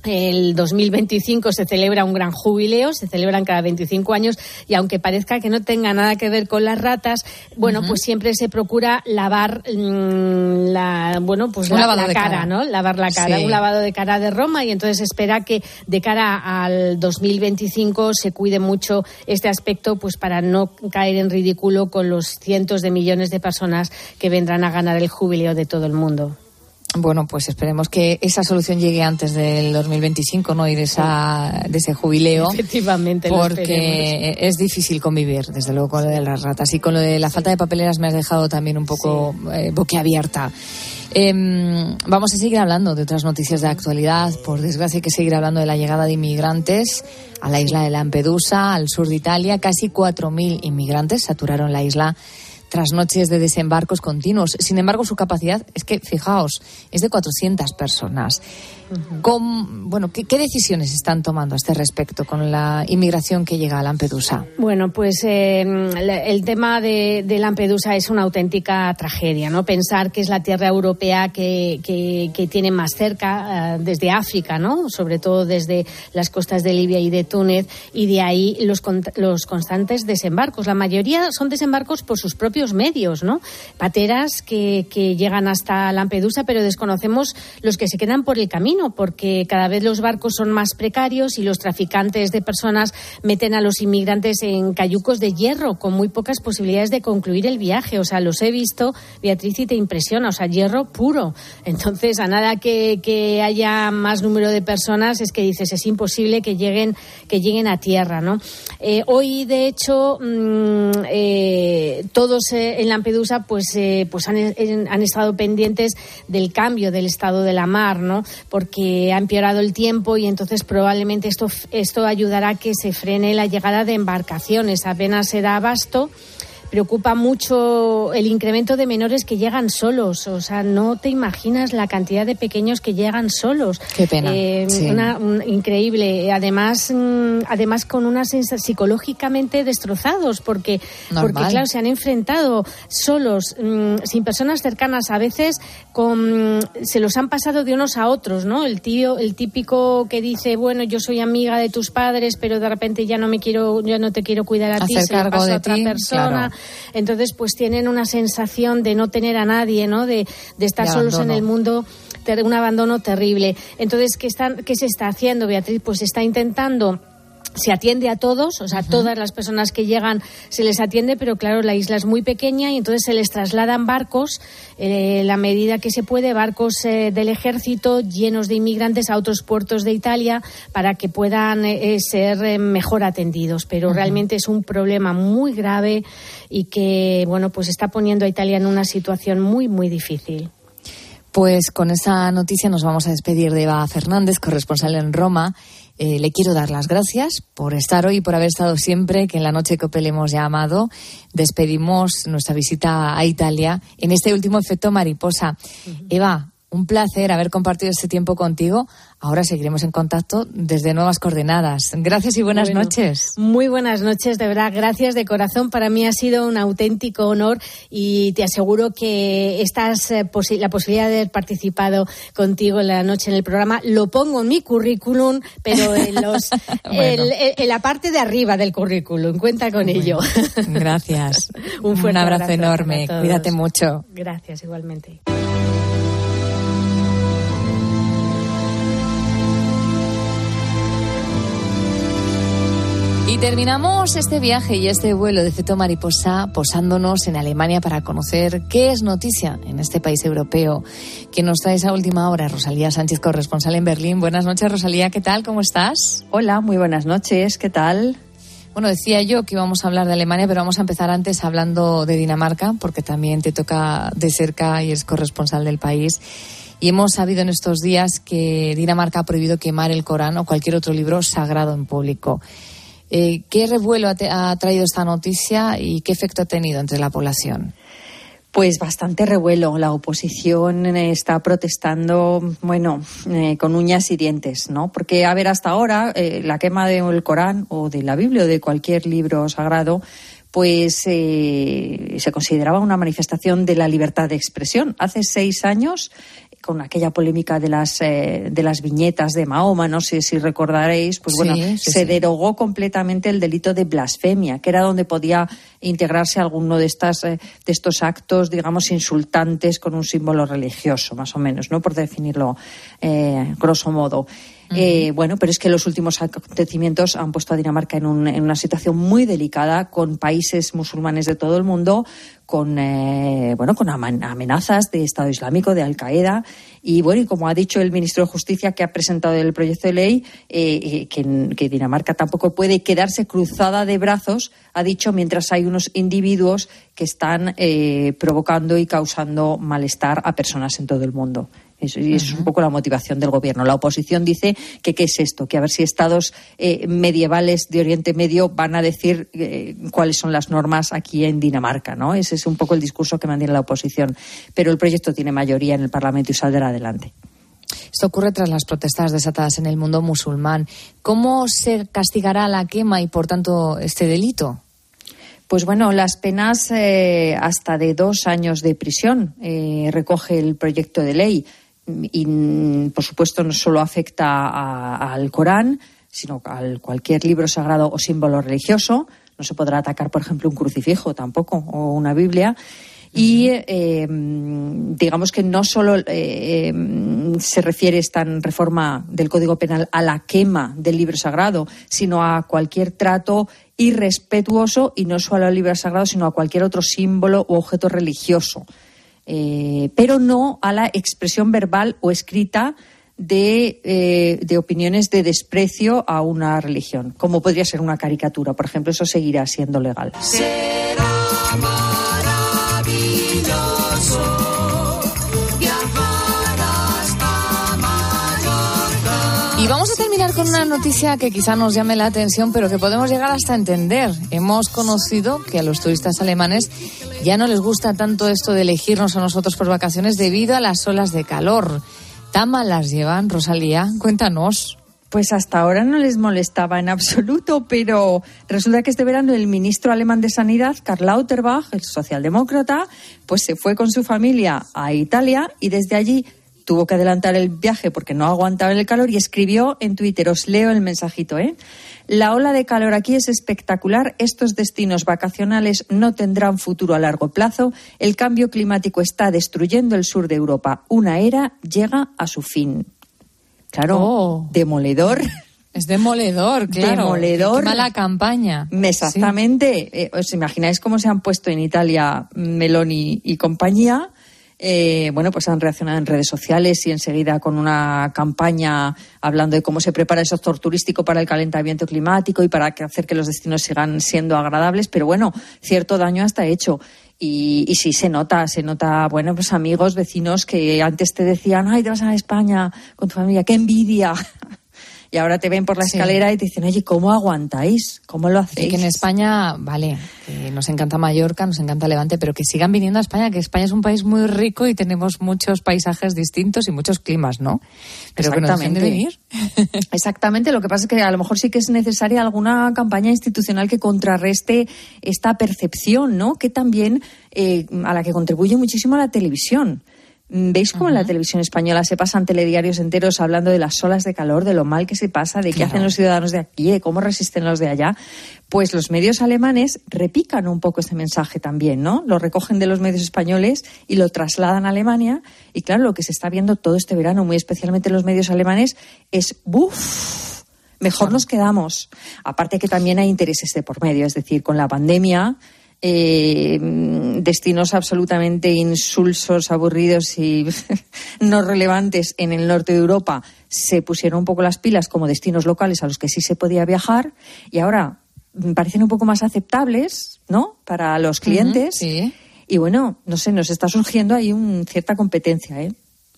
El dos mil veinticinco se celebra un gran jubileo, se celebran cada veinticinco años y aunque parezca que no tenga nada que ver con las ratas, bueno, uh-huh. pues siempre se procura lavar mmm, la, bueno, pues la, la cara, cara, ¿no? Lavar la cara, sí. Un lavado de cara de Roma y entonces se espera que de cara al dos mil veinticinco se cuide mucho este aspecto, pues para no caer en ridículo con los cientos de millones de personas que vendrán a ganar el jubileo de todo el mundo. Bueno, pues esperemos que esa solución llegue antes del dos mil veinticinco, ¿no? Y de, esa, de ese jubileo. Efectivamente, porque es difícil convivir, desde luego, con lo de las ratas. Y con lo de la falta de papeleras me has dejado también un poco sí. eh, boquiabierta. Eh, vamos a seguir hablando de otras noticias de actualidad. Por desgracia hay que seguir hablando de la llegada de inmigrantes a la isla de Lampedusa, al sur de Italia. Casi cuatro mil inmigrantes saturaron la isla tras noches de desembarcos continuos. Sin embargo, su capacidad es que, fijaos, es de cuatrocientas personas. Uh-huh. Con, bueno, ¿qué, ¿qué decisiones están tomando a este respecto con la inmigración que llega a Lampedusa? Bueno, pues eh, el tema de, de Lampedusa es una auténtica tragedia, ¿no? Pensar que es la tierra europea que, que, que tiene más cerca, uh, desde África, ¿no? Sobre todo desde las costas de Libia y de Túnez, y de ahí los, los constantes desembarcos. La mayoría son desembarcos por sus propios medios, ¿no? Pateras que, que llegan hasta Lampedusa, pero desconocemos los que se quedan por el camino, porque cada vez los barcos son más precarios y los traficantes de personas meten a los inmigrantes en cayucos de hierro con muy pocas posibilidades de concluir el viaje. O sea, los he visto, Beatriz, y te impresiona, o sea, hierro puro. Entonces, a nada que, que haya más número de personas, es que dices, es imposible que lleguen, que lleguen a tierra, ¿no? Eh, hoy, de hecho, mmm, eh, todos eh, en Lampedusa pues, eh, pues han, han estado pendientes del cambio del estado de la mar, ¿no? Porque ha empeorado el tiempo y entonces probablemente esto, esto ayudará a que se frene la llegada de embarcaciones. Apenas se da abasto. Preocupa mucho el incremento de menores que llegan solos. O sea, no te imaginas la cantidad de pequeños que llegan solos. Qué pena. Eh, sí. una, un, increíble. Además, además con unas psicológicamente destrozados, porque, porque claro, se han enfrentado solos, mmm, sin personas cercanas. A veces con, se los han pasado de unos a otros, ¿no? El tío, el típico que dice, bueno, yo soy amiga de tus padres, pero de repente ya no me quiero, ya no te quiero cuidar a ti, se lo paso a otra persona. Claro. Entonces, pues tienen una sensación de no tener a nadie, ¿no? De, de estar de solos en el mundo, un abandono terrible. Entonces, ¿qué, están, ¿qué se está haciendo, Beatriz? Pues se está intentando... Se atiende a todos, o sea, uh-huh. todas las personas que llegan se les atiende, pero claro, la isla es muy pequeña y entonces se les trasladan barcos, eh, la medida que se puede, barcos eh, del ejército llenos de inmigrantes a otros puertos de Italia para que puedan eh, ser eh, mejor atendidos. Pero uh-huh. realmente es un problema muy grave y que, bueno, pues está poniendo a Italia en una situación muy, muy difícil. Pues con esa noticia nos vamos a despedir de Eva Fernández, corresponsal en Roma. Eh, le quiero dar las gracias por estar hoy y por haber estado siempre, que en la noche COPE le hemos llamado. Despedimos nuestra visita a Italia en este último efecto mariposa. Uh-huh. Eva, un placer haber compartido este tiempo contigo. Ahora seguiremos en contacto desde nuevas coordenadas. Gracias y buenas bueno, noches. Muy buenas noches, de verdad. Gracias de corazón. Para mí ha sido un auténtico honor y te aseguro que estás, eh, posi- la posibilidad de haber participado contigo en la noche en el programa, lo pongo en mi currículum, pero en, los, bueno. el, el, en la parte de arriba del currículum. Cuenta con bueno. ello. Gracias. un fuerte un abrazo, abrazo enorme. Cuídate mucho. Gracias, igualmente. Y terminamos este viaje y este vuelo de efecto mariposa posándonos en Alemania para conocer qué es noticia en este país europeo. Quien nos trae esa última hora, Rosalía Sánchez, corresponsal en Berlín. Buenas noches, Rosalía, ¿qué tal? ¿Cómo estás? Hola, muy buenas noches, ¿qué tal? Bueno, decía yo que íbamos a hablar de Alemania, pero vamos a empezar antes hablando de Dinamarca, porque también te toca de cerca y eres corresponsal del país. Y hemos sabido en estos días que Dinamarca ha prohibido quemar el Corán o cualquier otro libro sagrado en público. Eh, ¿Qué revuelo ha, te, ha traído esta noticia y qué efecto ha tenido entre la población? Pues bastante revuelo. La oposición está protestando, bueno, eh, con uñas y dientes, ¿no? Porque, a ver, hasta ahora eh, la quema del Corán o de la Biblia o de cualquier libro sagrado pues eh, se consideraba una manifestación de la libertad de expresión. Hace seis años con aquella polémica de las eh, de las viñetas de Mahoma, no sé si recordaréis, pues bueno, sí, sí, se sí. derogó completamente el delito de blasfemia, que era donde podía integrarse alguno de estas eh, de estos actos, digamos, insultantes con un símbolo religioso, más o menos, ¿no? Por definirlo eh, grosso modo. Uh-huh. Eh, bueno, pero es que los últimos acontecimientos han puesto a Dinamarca en, un, en una situación muy delicada, con países musulmanes de todo el mundo, con eh, bueno, con amenazas de Estado Islámico, de Al-Qaeda, y bueno, y como ha dicho el ministro de Justicia, que ha presentado el proyecto de ley, eh, que, que Dinamarca tampoco puede quedarse cruzada de brazos, ha dicho, mientras hay unos individuos que están eh, provocando y causando malestar a personas en todo el mundo. Eso, y eso uh-huh. es un poco la motivación del gobierno. La oposición dice que qué es esto, que a ver si estados eh, medievales de Oriente Medio van a decir eh, cuáles son las normas aquí en Dinamarca, ¿no? Ese es un poco el discurso que mantiene la oposición. Pero el proyecto tiene mayoría en el Parlamento y saldrá adelante. Esto ocurre tras las protestas desatadas en el mundo musulmán. ¿Cómo se castigará la quema y, por tanto, este delito? Pues bueno, las penas eh, hasta de dos años de prisión eh, recoge el proyecto de ley. Y, por supuesto, no solo afecta a, al Corán, sino a cualquier libro sagrado o símbolo religioso. No se podrá atacar, por ejemplo, un crucifijo tampoco, o una Biblia. Y eh, digamos que no solo eh, se refiere esta reforma del Código Penal a la quema del libro sagrado, sino a cualquier trato irrespetuoso, y no solo al libro sagrado, sino a cualquier otro símbolo u objeto religioso. Eh, pero no a la expresión verbal o escrita de, eh, de opiniones de desprecio a una religión, como podría ser una caricatura, por ejemplo. Eso seguirá siendo legal. Será maravilloso viajar hasta Mallorca. Y vamos a terminar con una noticia que quizá nos llame la atención, pero que podemos llegar hasta entender. Hemos conocido que a los turistas alemanes ya no les gusta tanto esto de elegirnos a nosotros por vacaciones debido a las olas de calor. ¿Tan mal las llevan, Rosalía? Cuéntanos. Pues hasta ahora no les molestaba en absoluto, pero resulta que este verano el ministro alemán de Sanidad, Karl Lauterbach, el socialdemócrata, pues se fue con su familia a Italia y desde allí tuvo que adelantar el viaje porque no aguantaba el calor y escribió en Twitter, os leo el mensajito, ¿eh? La ola de calor aquí es espectacular, estos destinos vacacionales no tendrán futuro a largo plazo, el cambio climático está destruyendo el sur de Europa, una era llega a su fin. Claro, oh. demoledor. Es demoledor, claro. Demoledor. Qué mala campaña. Exactamente. Sí. Eh, ¿Os imagináis cómo se han puesto en Italia Meloni y compañía? Eh, bueno, pues han reaccionado en redes sociales y enseguida con una campaña hablando de cómo se prepara el sector turístico para el calentamiento climático y para hacer que los destinos sigan siendo agradables, pero bueno, cierto daño está hecho. Y, y sí, se nota, se nota, bueno, pues amigos, vecinos que antes te decían, ay, te vas a España con tu familia, qué envidia. Y ahora te ven por la escalera sí. y te dicen, oye, ¿cómo aguantáis? ¿Cómo lo hacéis? Y que en España, vale, que nos encanta Mallorca, nos encanta Levante, pero que sigan viniendo a España, que España es un país muy rico y tenemos muchos paisajes distintos y muchos climas, ¿no? Pero que nos dejen de venir. Exactamente, lo que pasa es que a lo mejor sí que es necesaria alguna campaña institucional que contrarreste esta percepción, ¿no? Que también, eh, a la que contribuye muchísimo la televisión. ¿Veis cómo uh-huh. en la televisión española se pasan telediarios enteros hablando de las olas de calor, de lo mal que se pasa, de qué claro. hacen los ciudadanos de aquí, de cómo resisten los de allá? Pues los medios alemanes repican un poco este mensaje también, ¿no? Lo recogen de los medios españoles y lo trasladan a Alemania. Y claro, lo que se está viendo todo este verano, muy especialmente en los medios alemanes, es ¡buf! Mejor nos quedamos. Aparte que también hay intereses de por medio, es decir, con la pandemia... Eh, destinos absolutamente insulsos, aburridos y no relevantes en el norte de Europa se pusieron un poco las pilas como destinos locales a los que sí se podía viajar y ahora parecen un poco más aceptables, ¿no? Para los clientes. Uh-huh, sí. Y bueno, no sé, nos está surgiendo ahí una cierta competencia, ¿eh?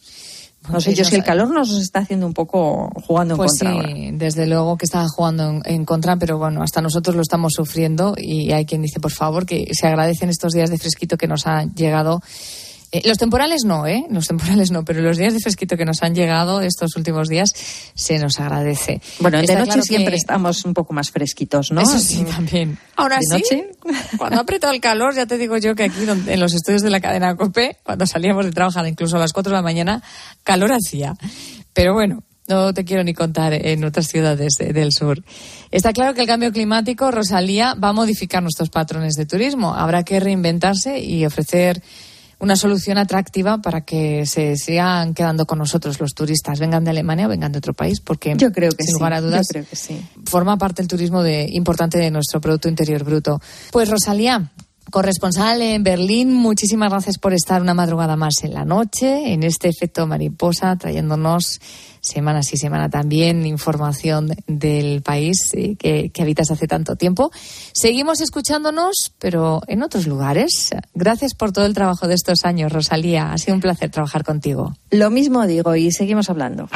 No sé, yo es que el calor nos está haciendo un poco jugando en pues contra sí, ahora. Desde luego que está jugando en, en contra, pero bueno, hasta nosotros lo estamos sufriendo y hay quien dice, por favor, que se agradecen estos días de fresquito que nos ha llegado Eh, los temporales no, ¿eh? Los temporales no, pero los días de fresquito que nos han llegado estos últimos días se nos agradece. Bueno, Está de noche claro siempre que... estamos un poco más fresquitos, ¿no? Eso sí, también. Ahora sí, noche? Cuando ha apretado el calor, ya te digo yo que aquí donde, en los estudios de la cadena COPE, cuando salíamos de trabajar incluso a las cuatro de la mañana, calor hacía. Pero bueno, no te quiero ni contar en otras ciudades del sur. Está claro que el cambio climático, Rosalía, va a modificar nuestros patrones de turismo. Habrá que reinventarse y ofrecer una solución atractiva para que se sigan quedando con nosotros los turistas, vengan de Alemania o vengan de otro país, porque yo creo que sin sí, lugar a dudas yo creo que sí. forma parte el turismo de, importante de nuestro Producto Interior Bruto. Pues Rosalía, corresponsal en Berlín, muchísimas gracias por estar una madrugada más en la noche, en este efecto mariposa, trayéndonos semana sí, semana también información del país que, que habitas hace tanto tiempo. Seguimos escuchándonos, pero en otros lugares. Gracias por todo el trabajo de estos años, Rosalía. Ha sido un placer trabajar contigo. Lo mismo digo, y seguimos hablando.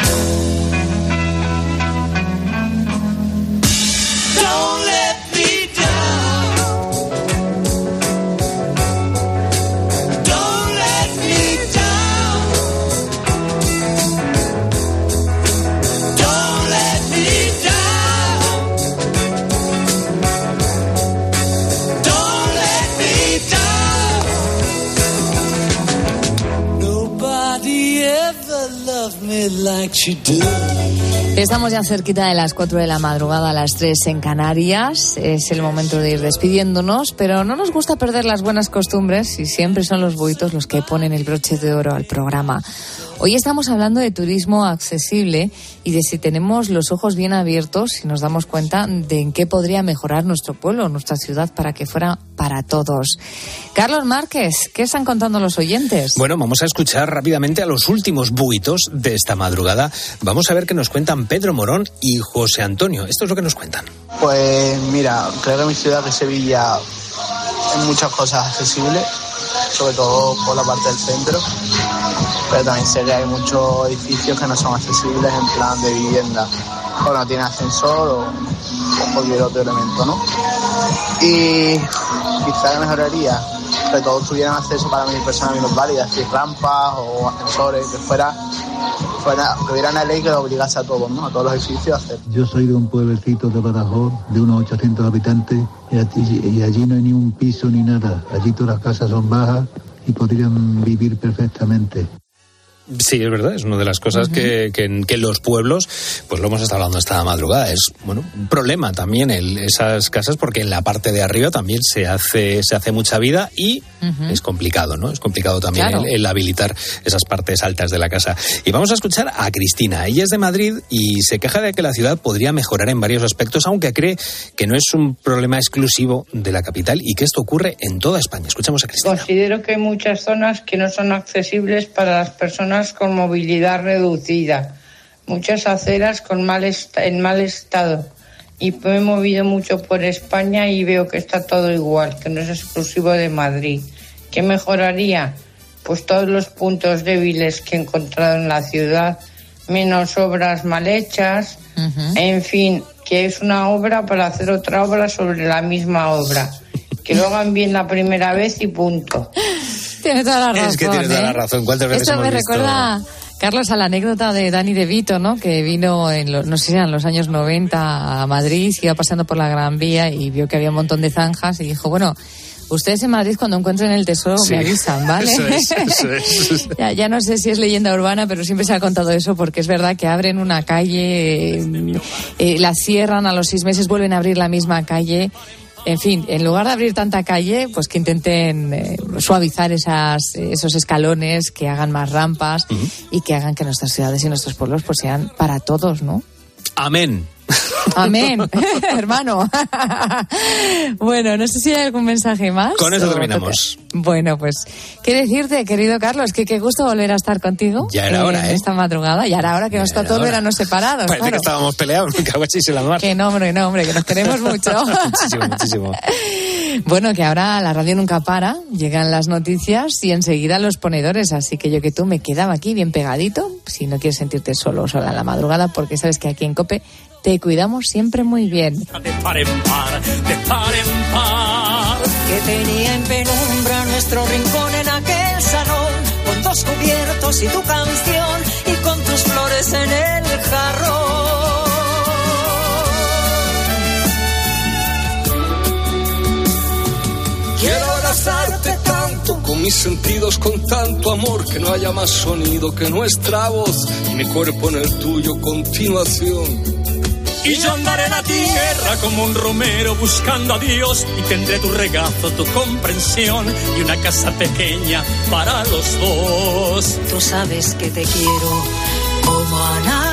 Estamos ya cerquita de las cuatro de la madrugada, a las tres en Canarias. Es el momento de ir despidiéndonos, pero no nos gusta perder las buenas costumbres y siempre son los buitos los que ponen el broche de oro al programa. Hoy estamos hablando de turismo accesible y de si tenemos los ojos bien abiertos y nos damos cuenta de en qué podría mejorar nuestro pueblo, nuestra ciudad, para que fuera para todos. Carlos Márquez, ¿qué están contando los oyentes? Bueno, vamos a escuchar rápidamente a los últimos buitos de esta madrugada. Vamos a ver qué nos cuentan Pedro Morón y José Antonio. Esto es lo que nos cuentan. Pues mira, creo que mi ciudad de Sevilla hay muchas cosas accesibles, sobre todo por la parte del centro, pero también sé que hay muchos edificios que no son accesibles en plan de vivienda, o no tiene ascensor o, o cualquier otro elemento, ¿no? Y quizá que mejoraría que todos tuvieran acceso para mis personas minusválidas, así rampas o ascensores, que fuera, fuera que hubiera una ley que lo obligase a todos, ¿no? A todos los edificios a hacer. Yo soy de un pueblecito de Badajoz, de unos ochocientos habitantes, y allí, y allí no hay ni un piso ni nada. Allí todas las casas son bajas y podrían vivir perfectamente. Sí, es verdad, es una de las cosas uh-huh. que, que, que en los pueblos, pues lo hemos estado hablando esta madrugada, es bueno un problema también el, esas casas, porque en la parte de arriba también se hace se hace mucha vida y uh-huh. es complicado, ¿no? Es complicado también claro. el, el habilitar esas partes altas de la casa. Y vamos a escuchar a Cristina. Ella es de Madrid y se queja de que la ciudad podría mejorar en varios aspectos, aunque cree que no es un problema exclusivo de la capital y que esto ocurre en toda España. Escuchamos a Cristina. Considero que hay muchas zonas que no son accesibles para las personas con movilidad reducida, muchas aceras con mal est- en mal estado, y me he movido mucho por España y veo que está todo igual, que no es exclusivo de Madrid. ¿Qué mejoraría? Pues todos los puntos débiles que he encontrado en la ciudad, menos obras mal hechas, uh-huh. en fin, que es una obra para hacer otra obra sobre la misma obra, que lo hagan bien la primera vez y punto. Tienes toda la razón. Es que tienes toda ¿eh? la razón. ¿Cuántas veces Esto hemos me visto? recuerda, Carlos, a la anécdota de Dani De Vito, ¿no? Que vino en los, no sé si eran los años noventa a Madrid, iba pasando por la Gran Vía y vio que había un montón de zanjas y dijo, bueno, ustedes en Madrid cuando encuentren el tesoro sí. me avisan, ¿vale? Eso es, eso es. ya, ya no sé si es leyenda urbana, pero siempre se ha contado eso porque es verdad que abren una calle, eh, eh, la cierran, a los seis meses vuelven a abrir la misma calle. En fin, en lugar de abrir tanta calle, pues que intenten eh, suavizar esas, esos escalones, que hagan más rampas uh-huh. y que hagan que nuestras ciudades y nuestros pueblos pues sean para todos, ¿no? Amén. Amén, hermano. Bueno, no sé si hay algún mensaje más. Con eso terminamos. Bueno, pues, ¿qué decirte, querido Carlos? Que qué gusto volver a estar contigo. Ya era hora, ¿eh? Esta madrugada, ya era hora que ya nos tocó vernos separados. Parece claro. que estábamos peleados, me cago en la mar. Que no, hombre, no, hombre, que nos queremos mucho. Muchísimo, muchísimo. Bueno, que ahora la radio nunca para, llegan las noticias y enseguida los ponedores, así que yo que tú me quedaba aquí bien pegadito, si no quieres sentirte solo o sola en la madrugada, porque sabes que aquí en COPE te cuidamos siempre muy bien. De par en par, de par en par. Que tenía en penumbra nuestro rincón en aquel salón. dos cubiertos y tu canción, y con tus flores en el jarrón. Quiero abrazarte tanto, con mis sentidos con tanto amor, que no haya más sonido que nuestra voz, y mi cuerpo en el tuyo, continuación. Y yo andaré en la tierra como un romero buscando a Dios, y tendré tu regazo, tu comprensión y una casa pequeña para los dos. Tú sabes que te quiero como a nadie.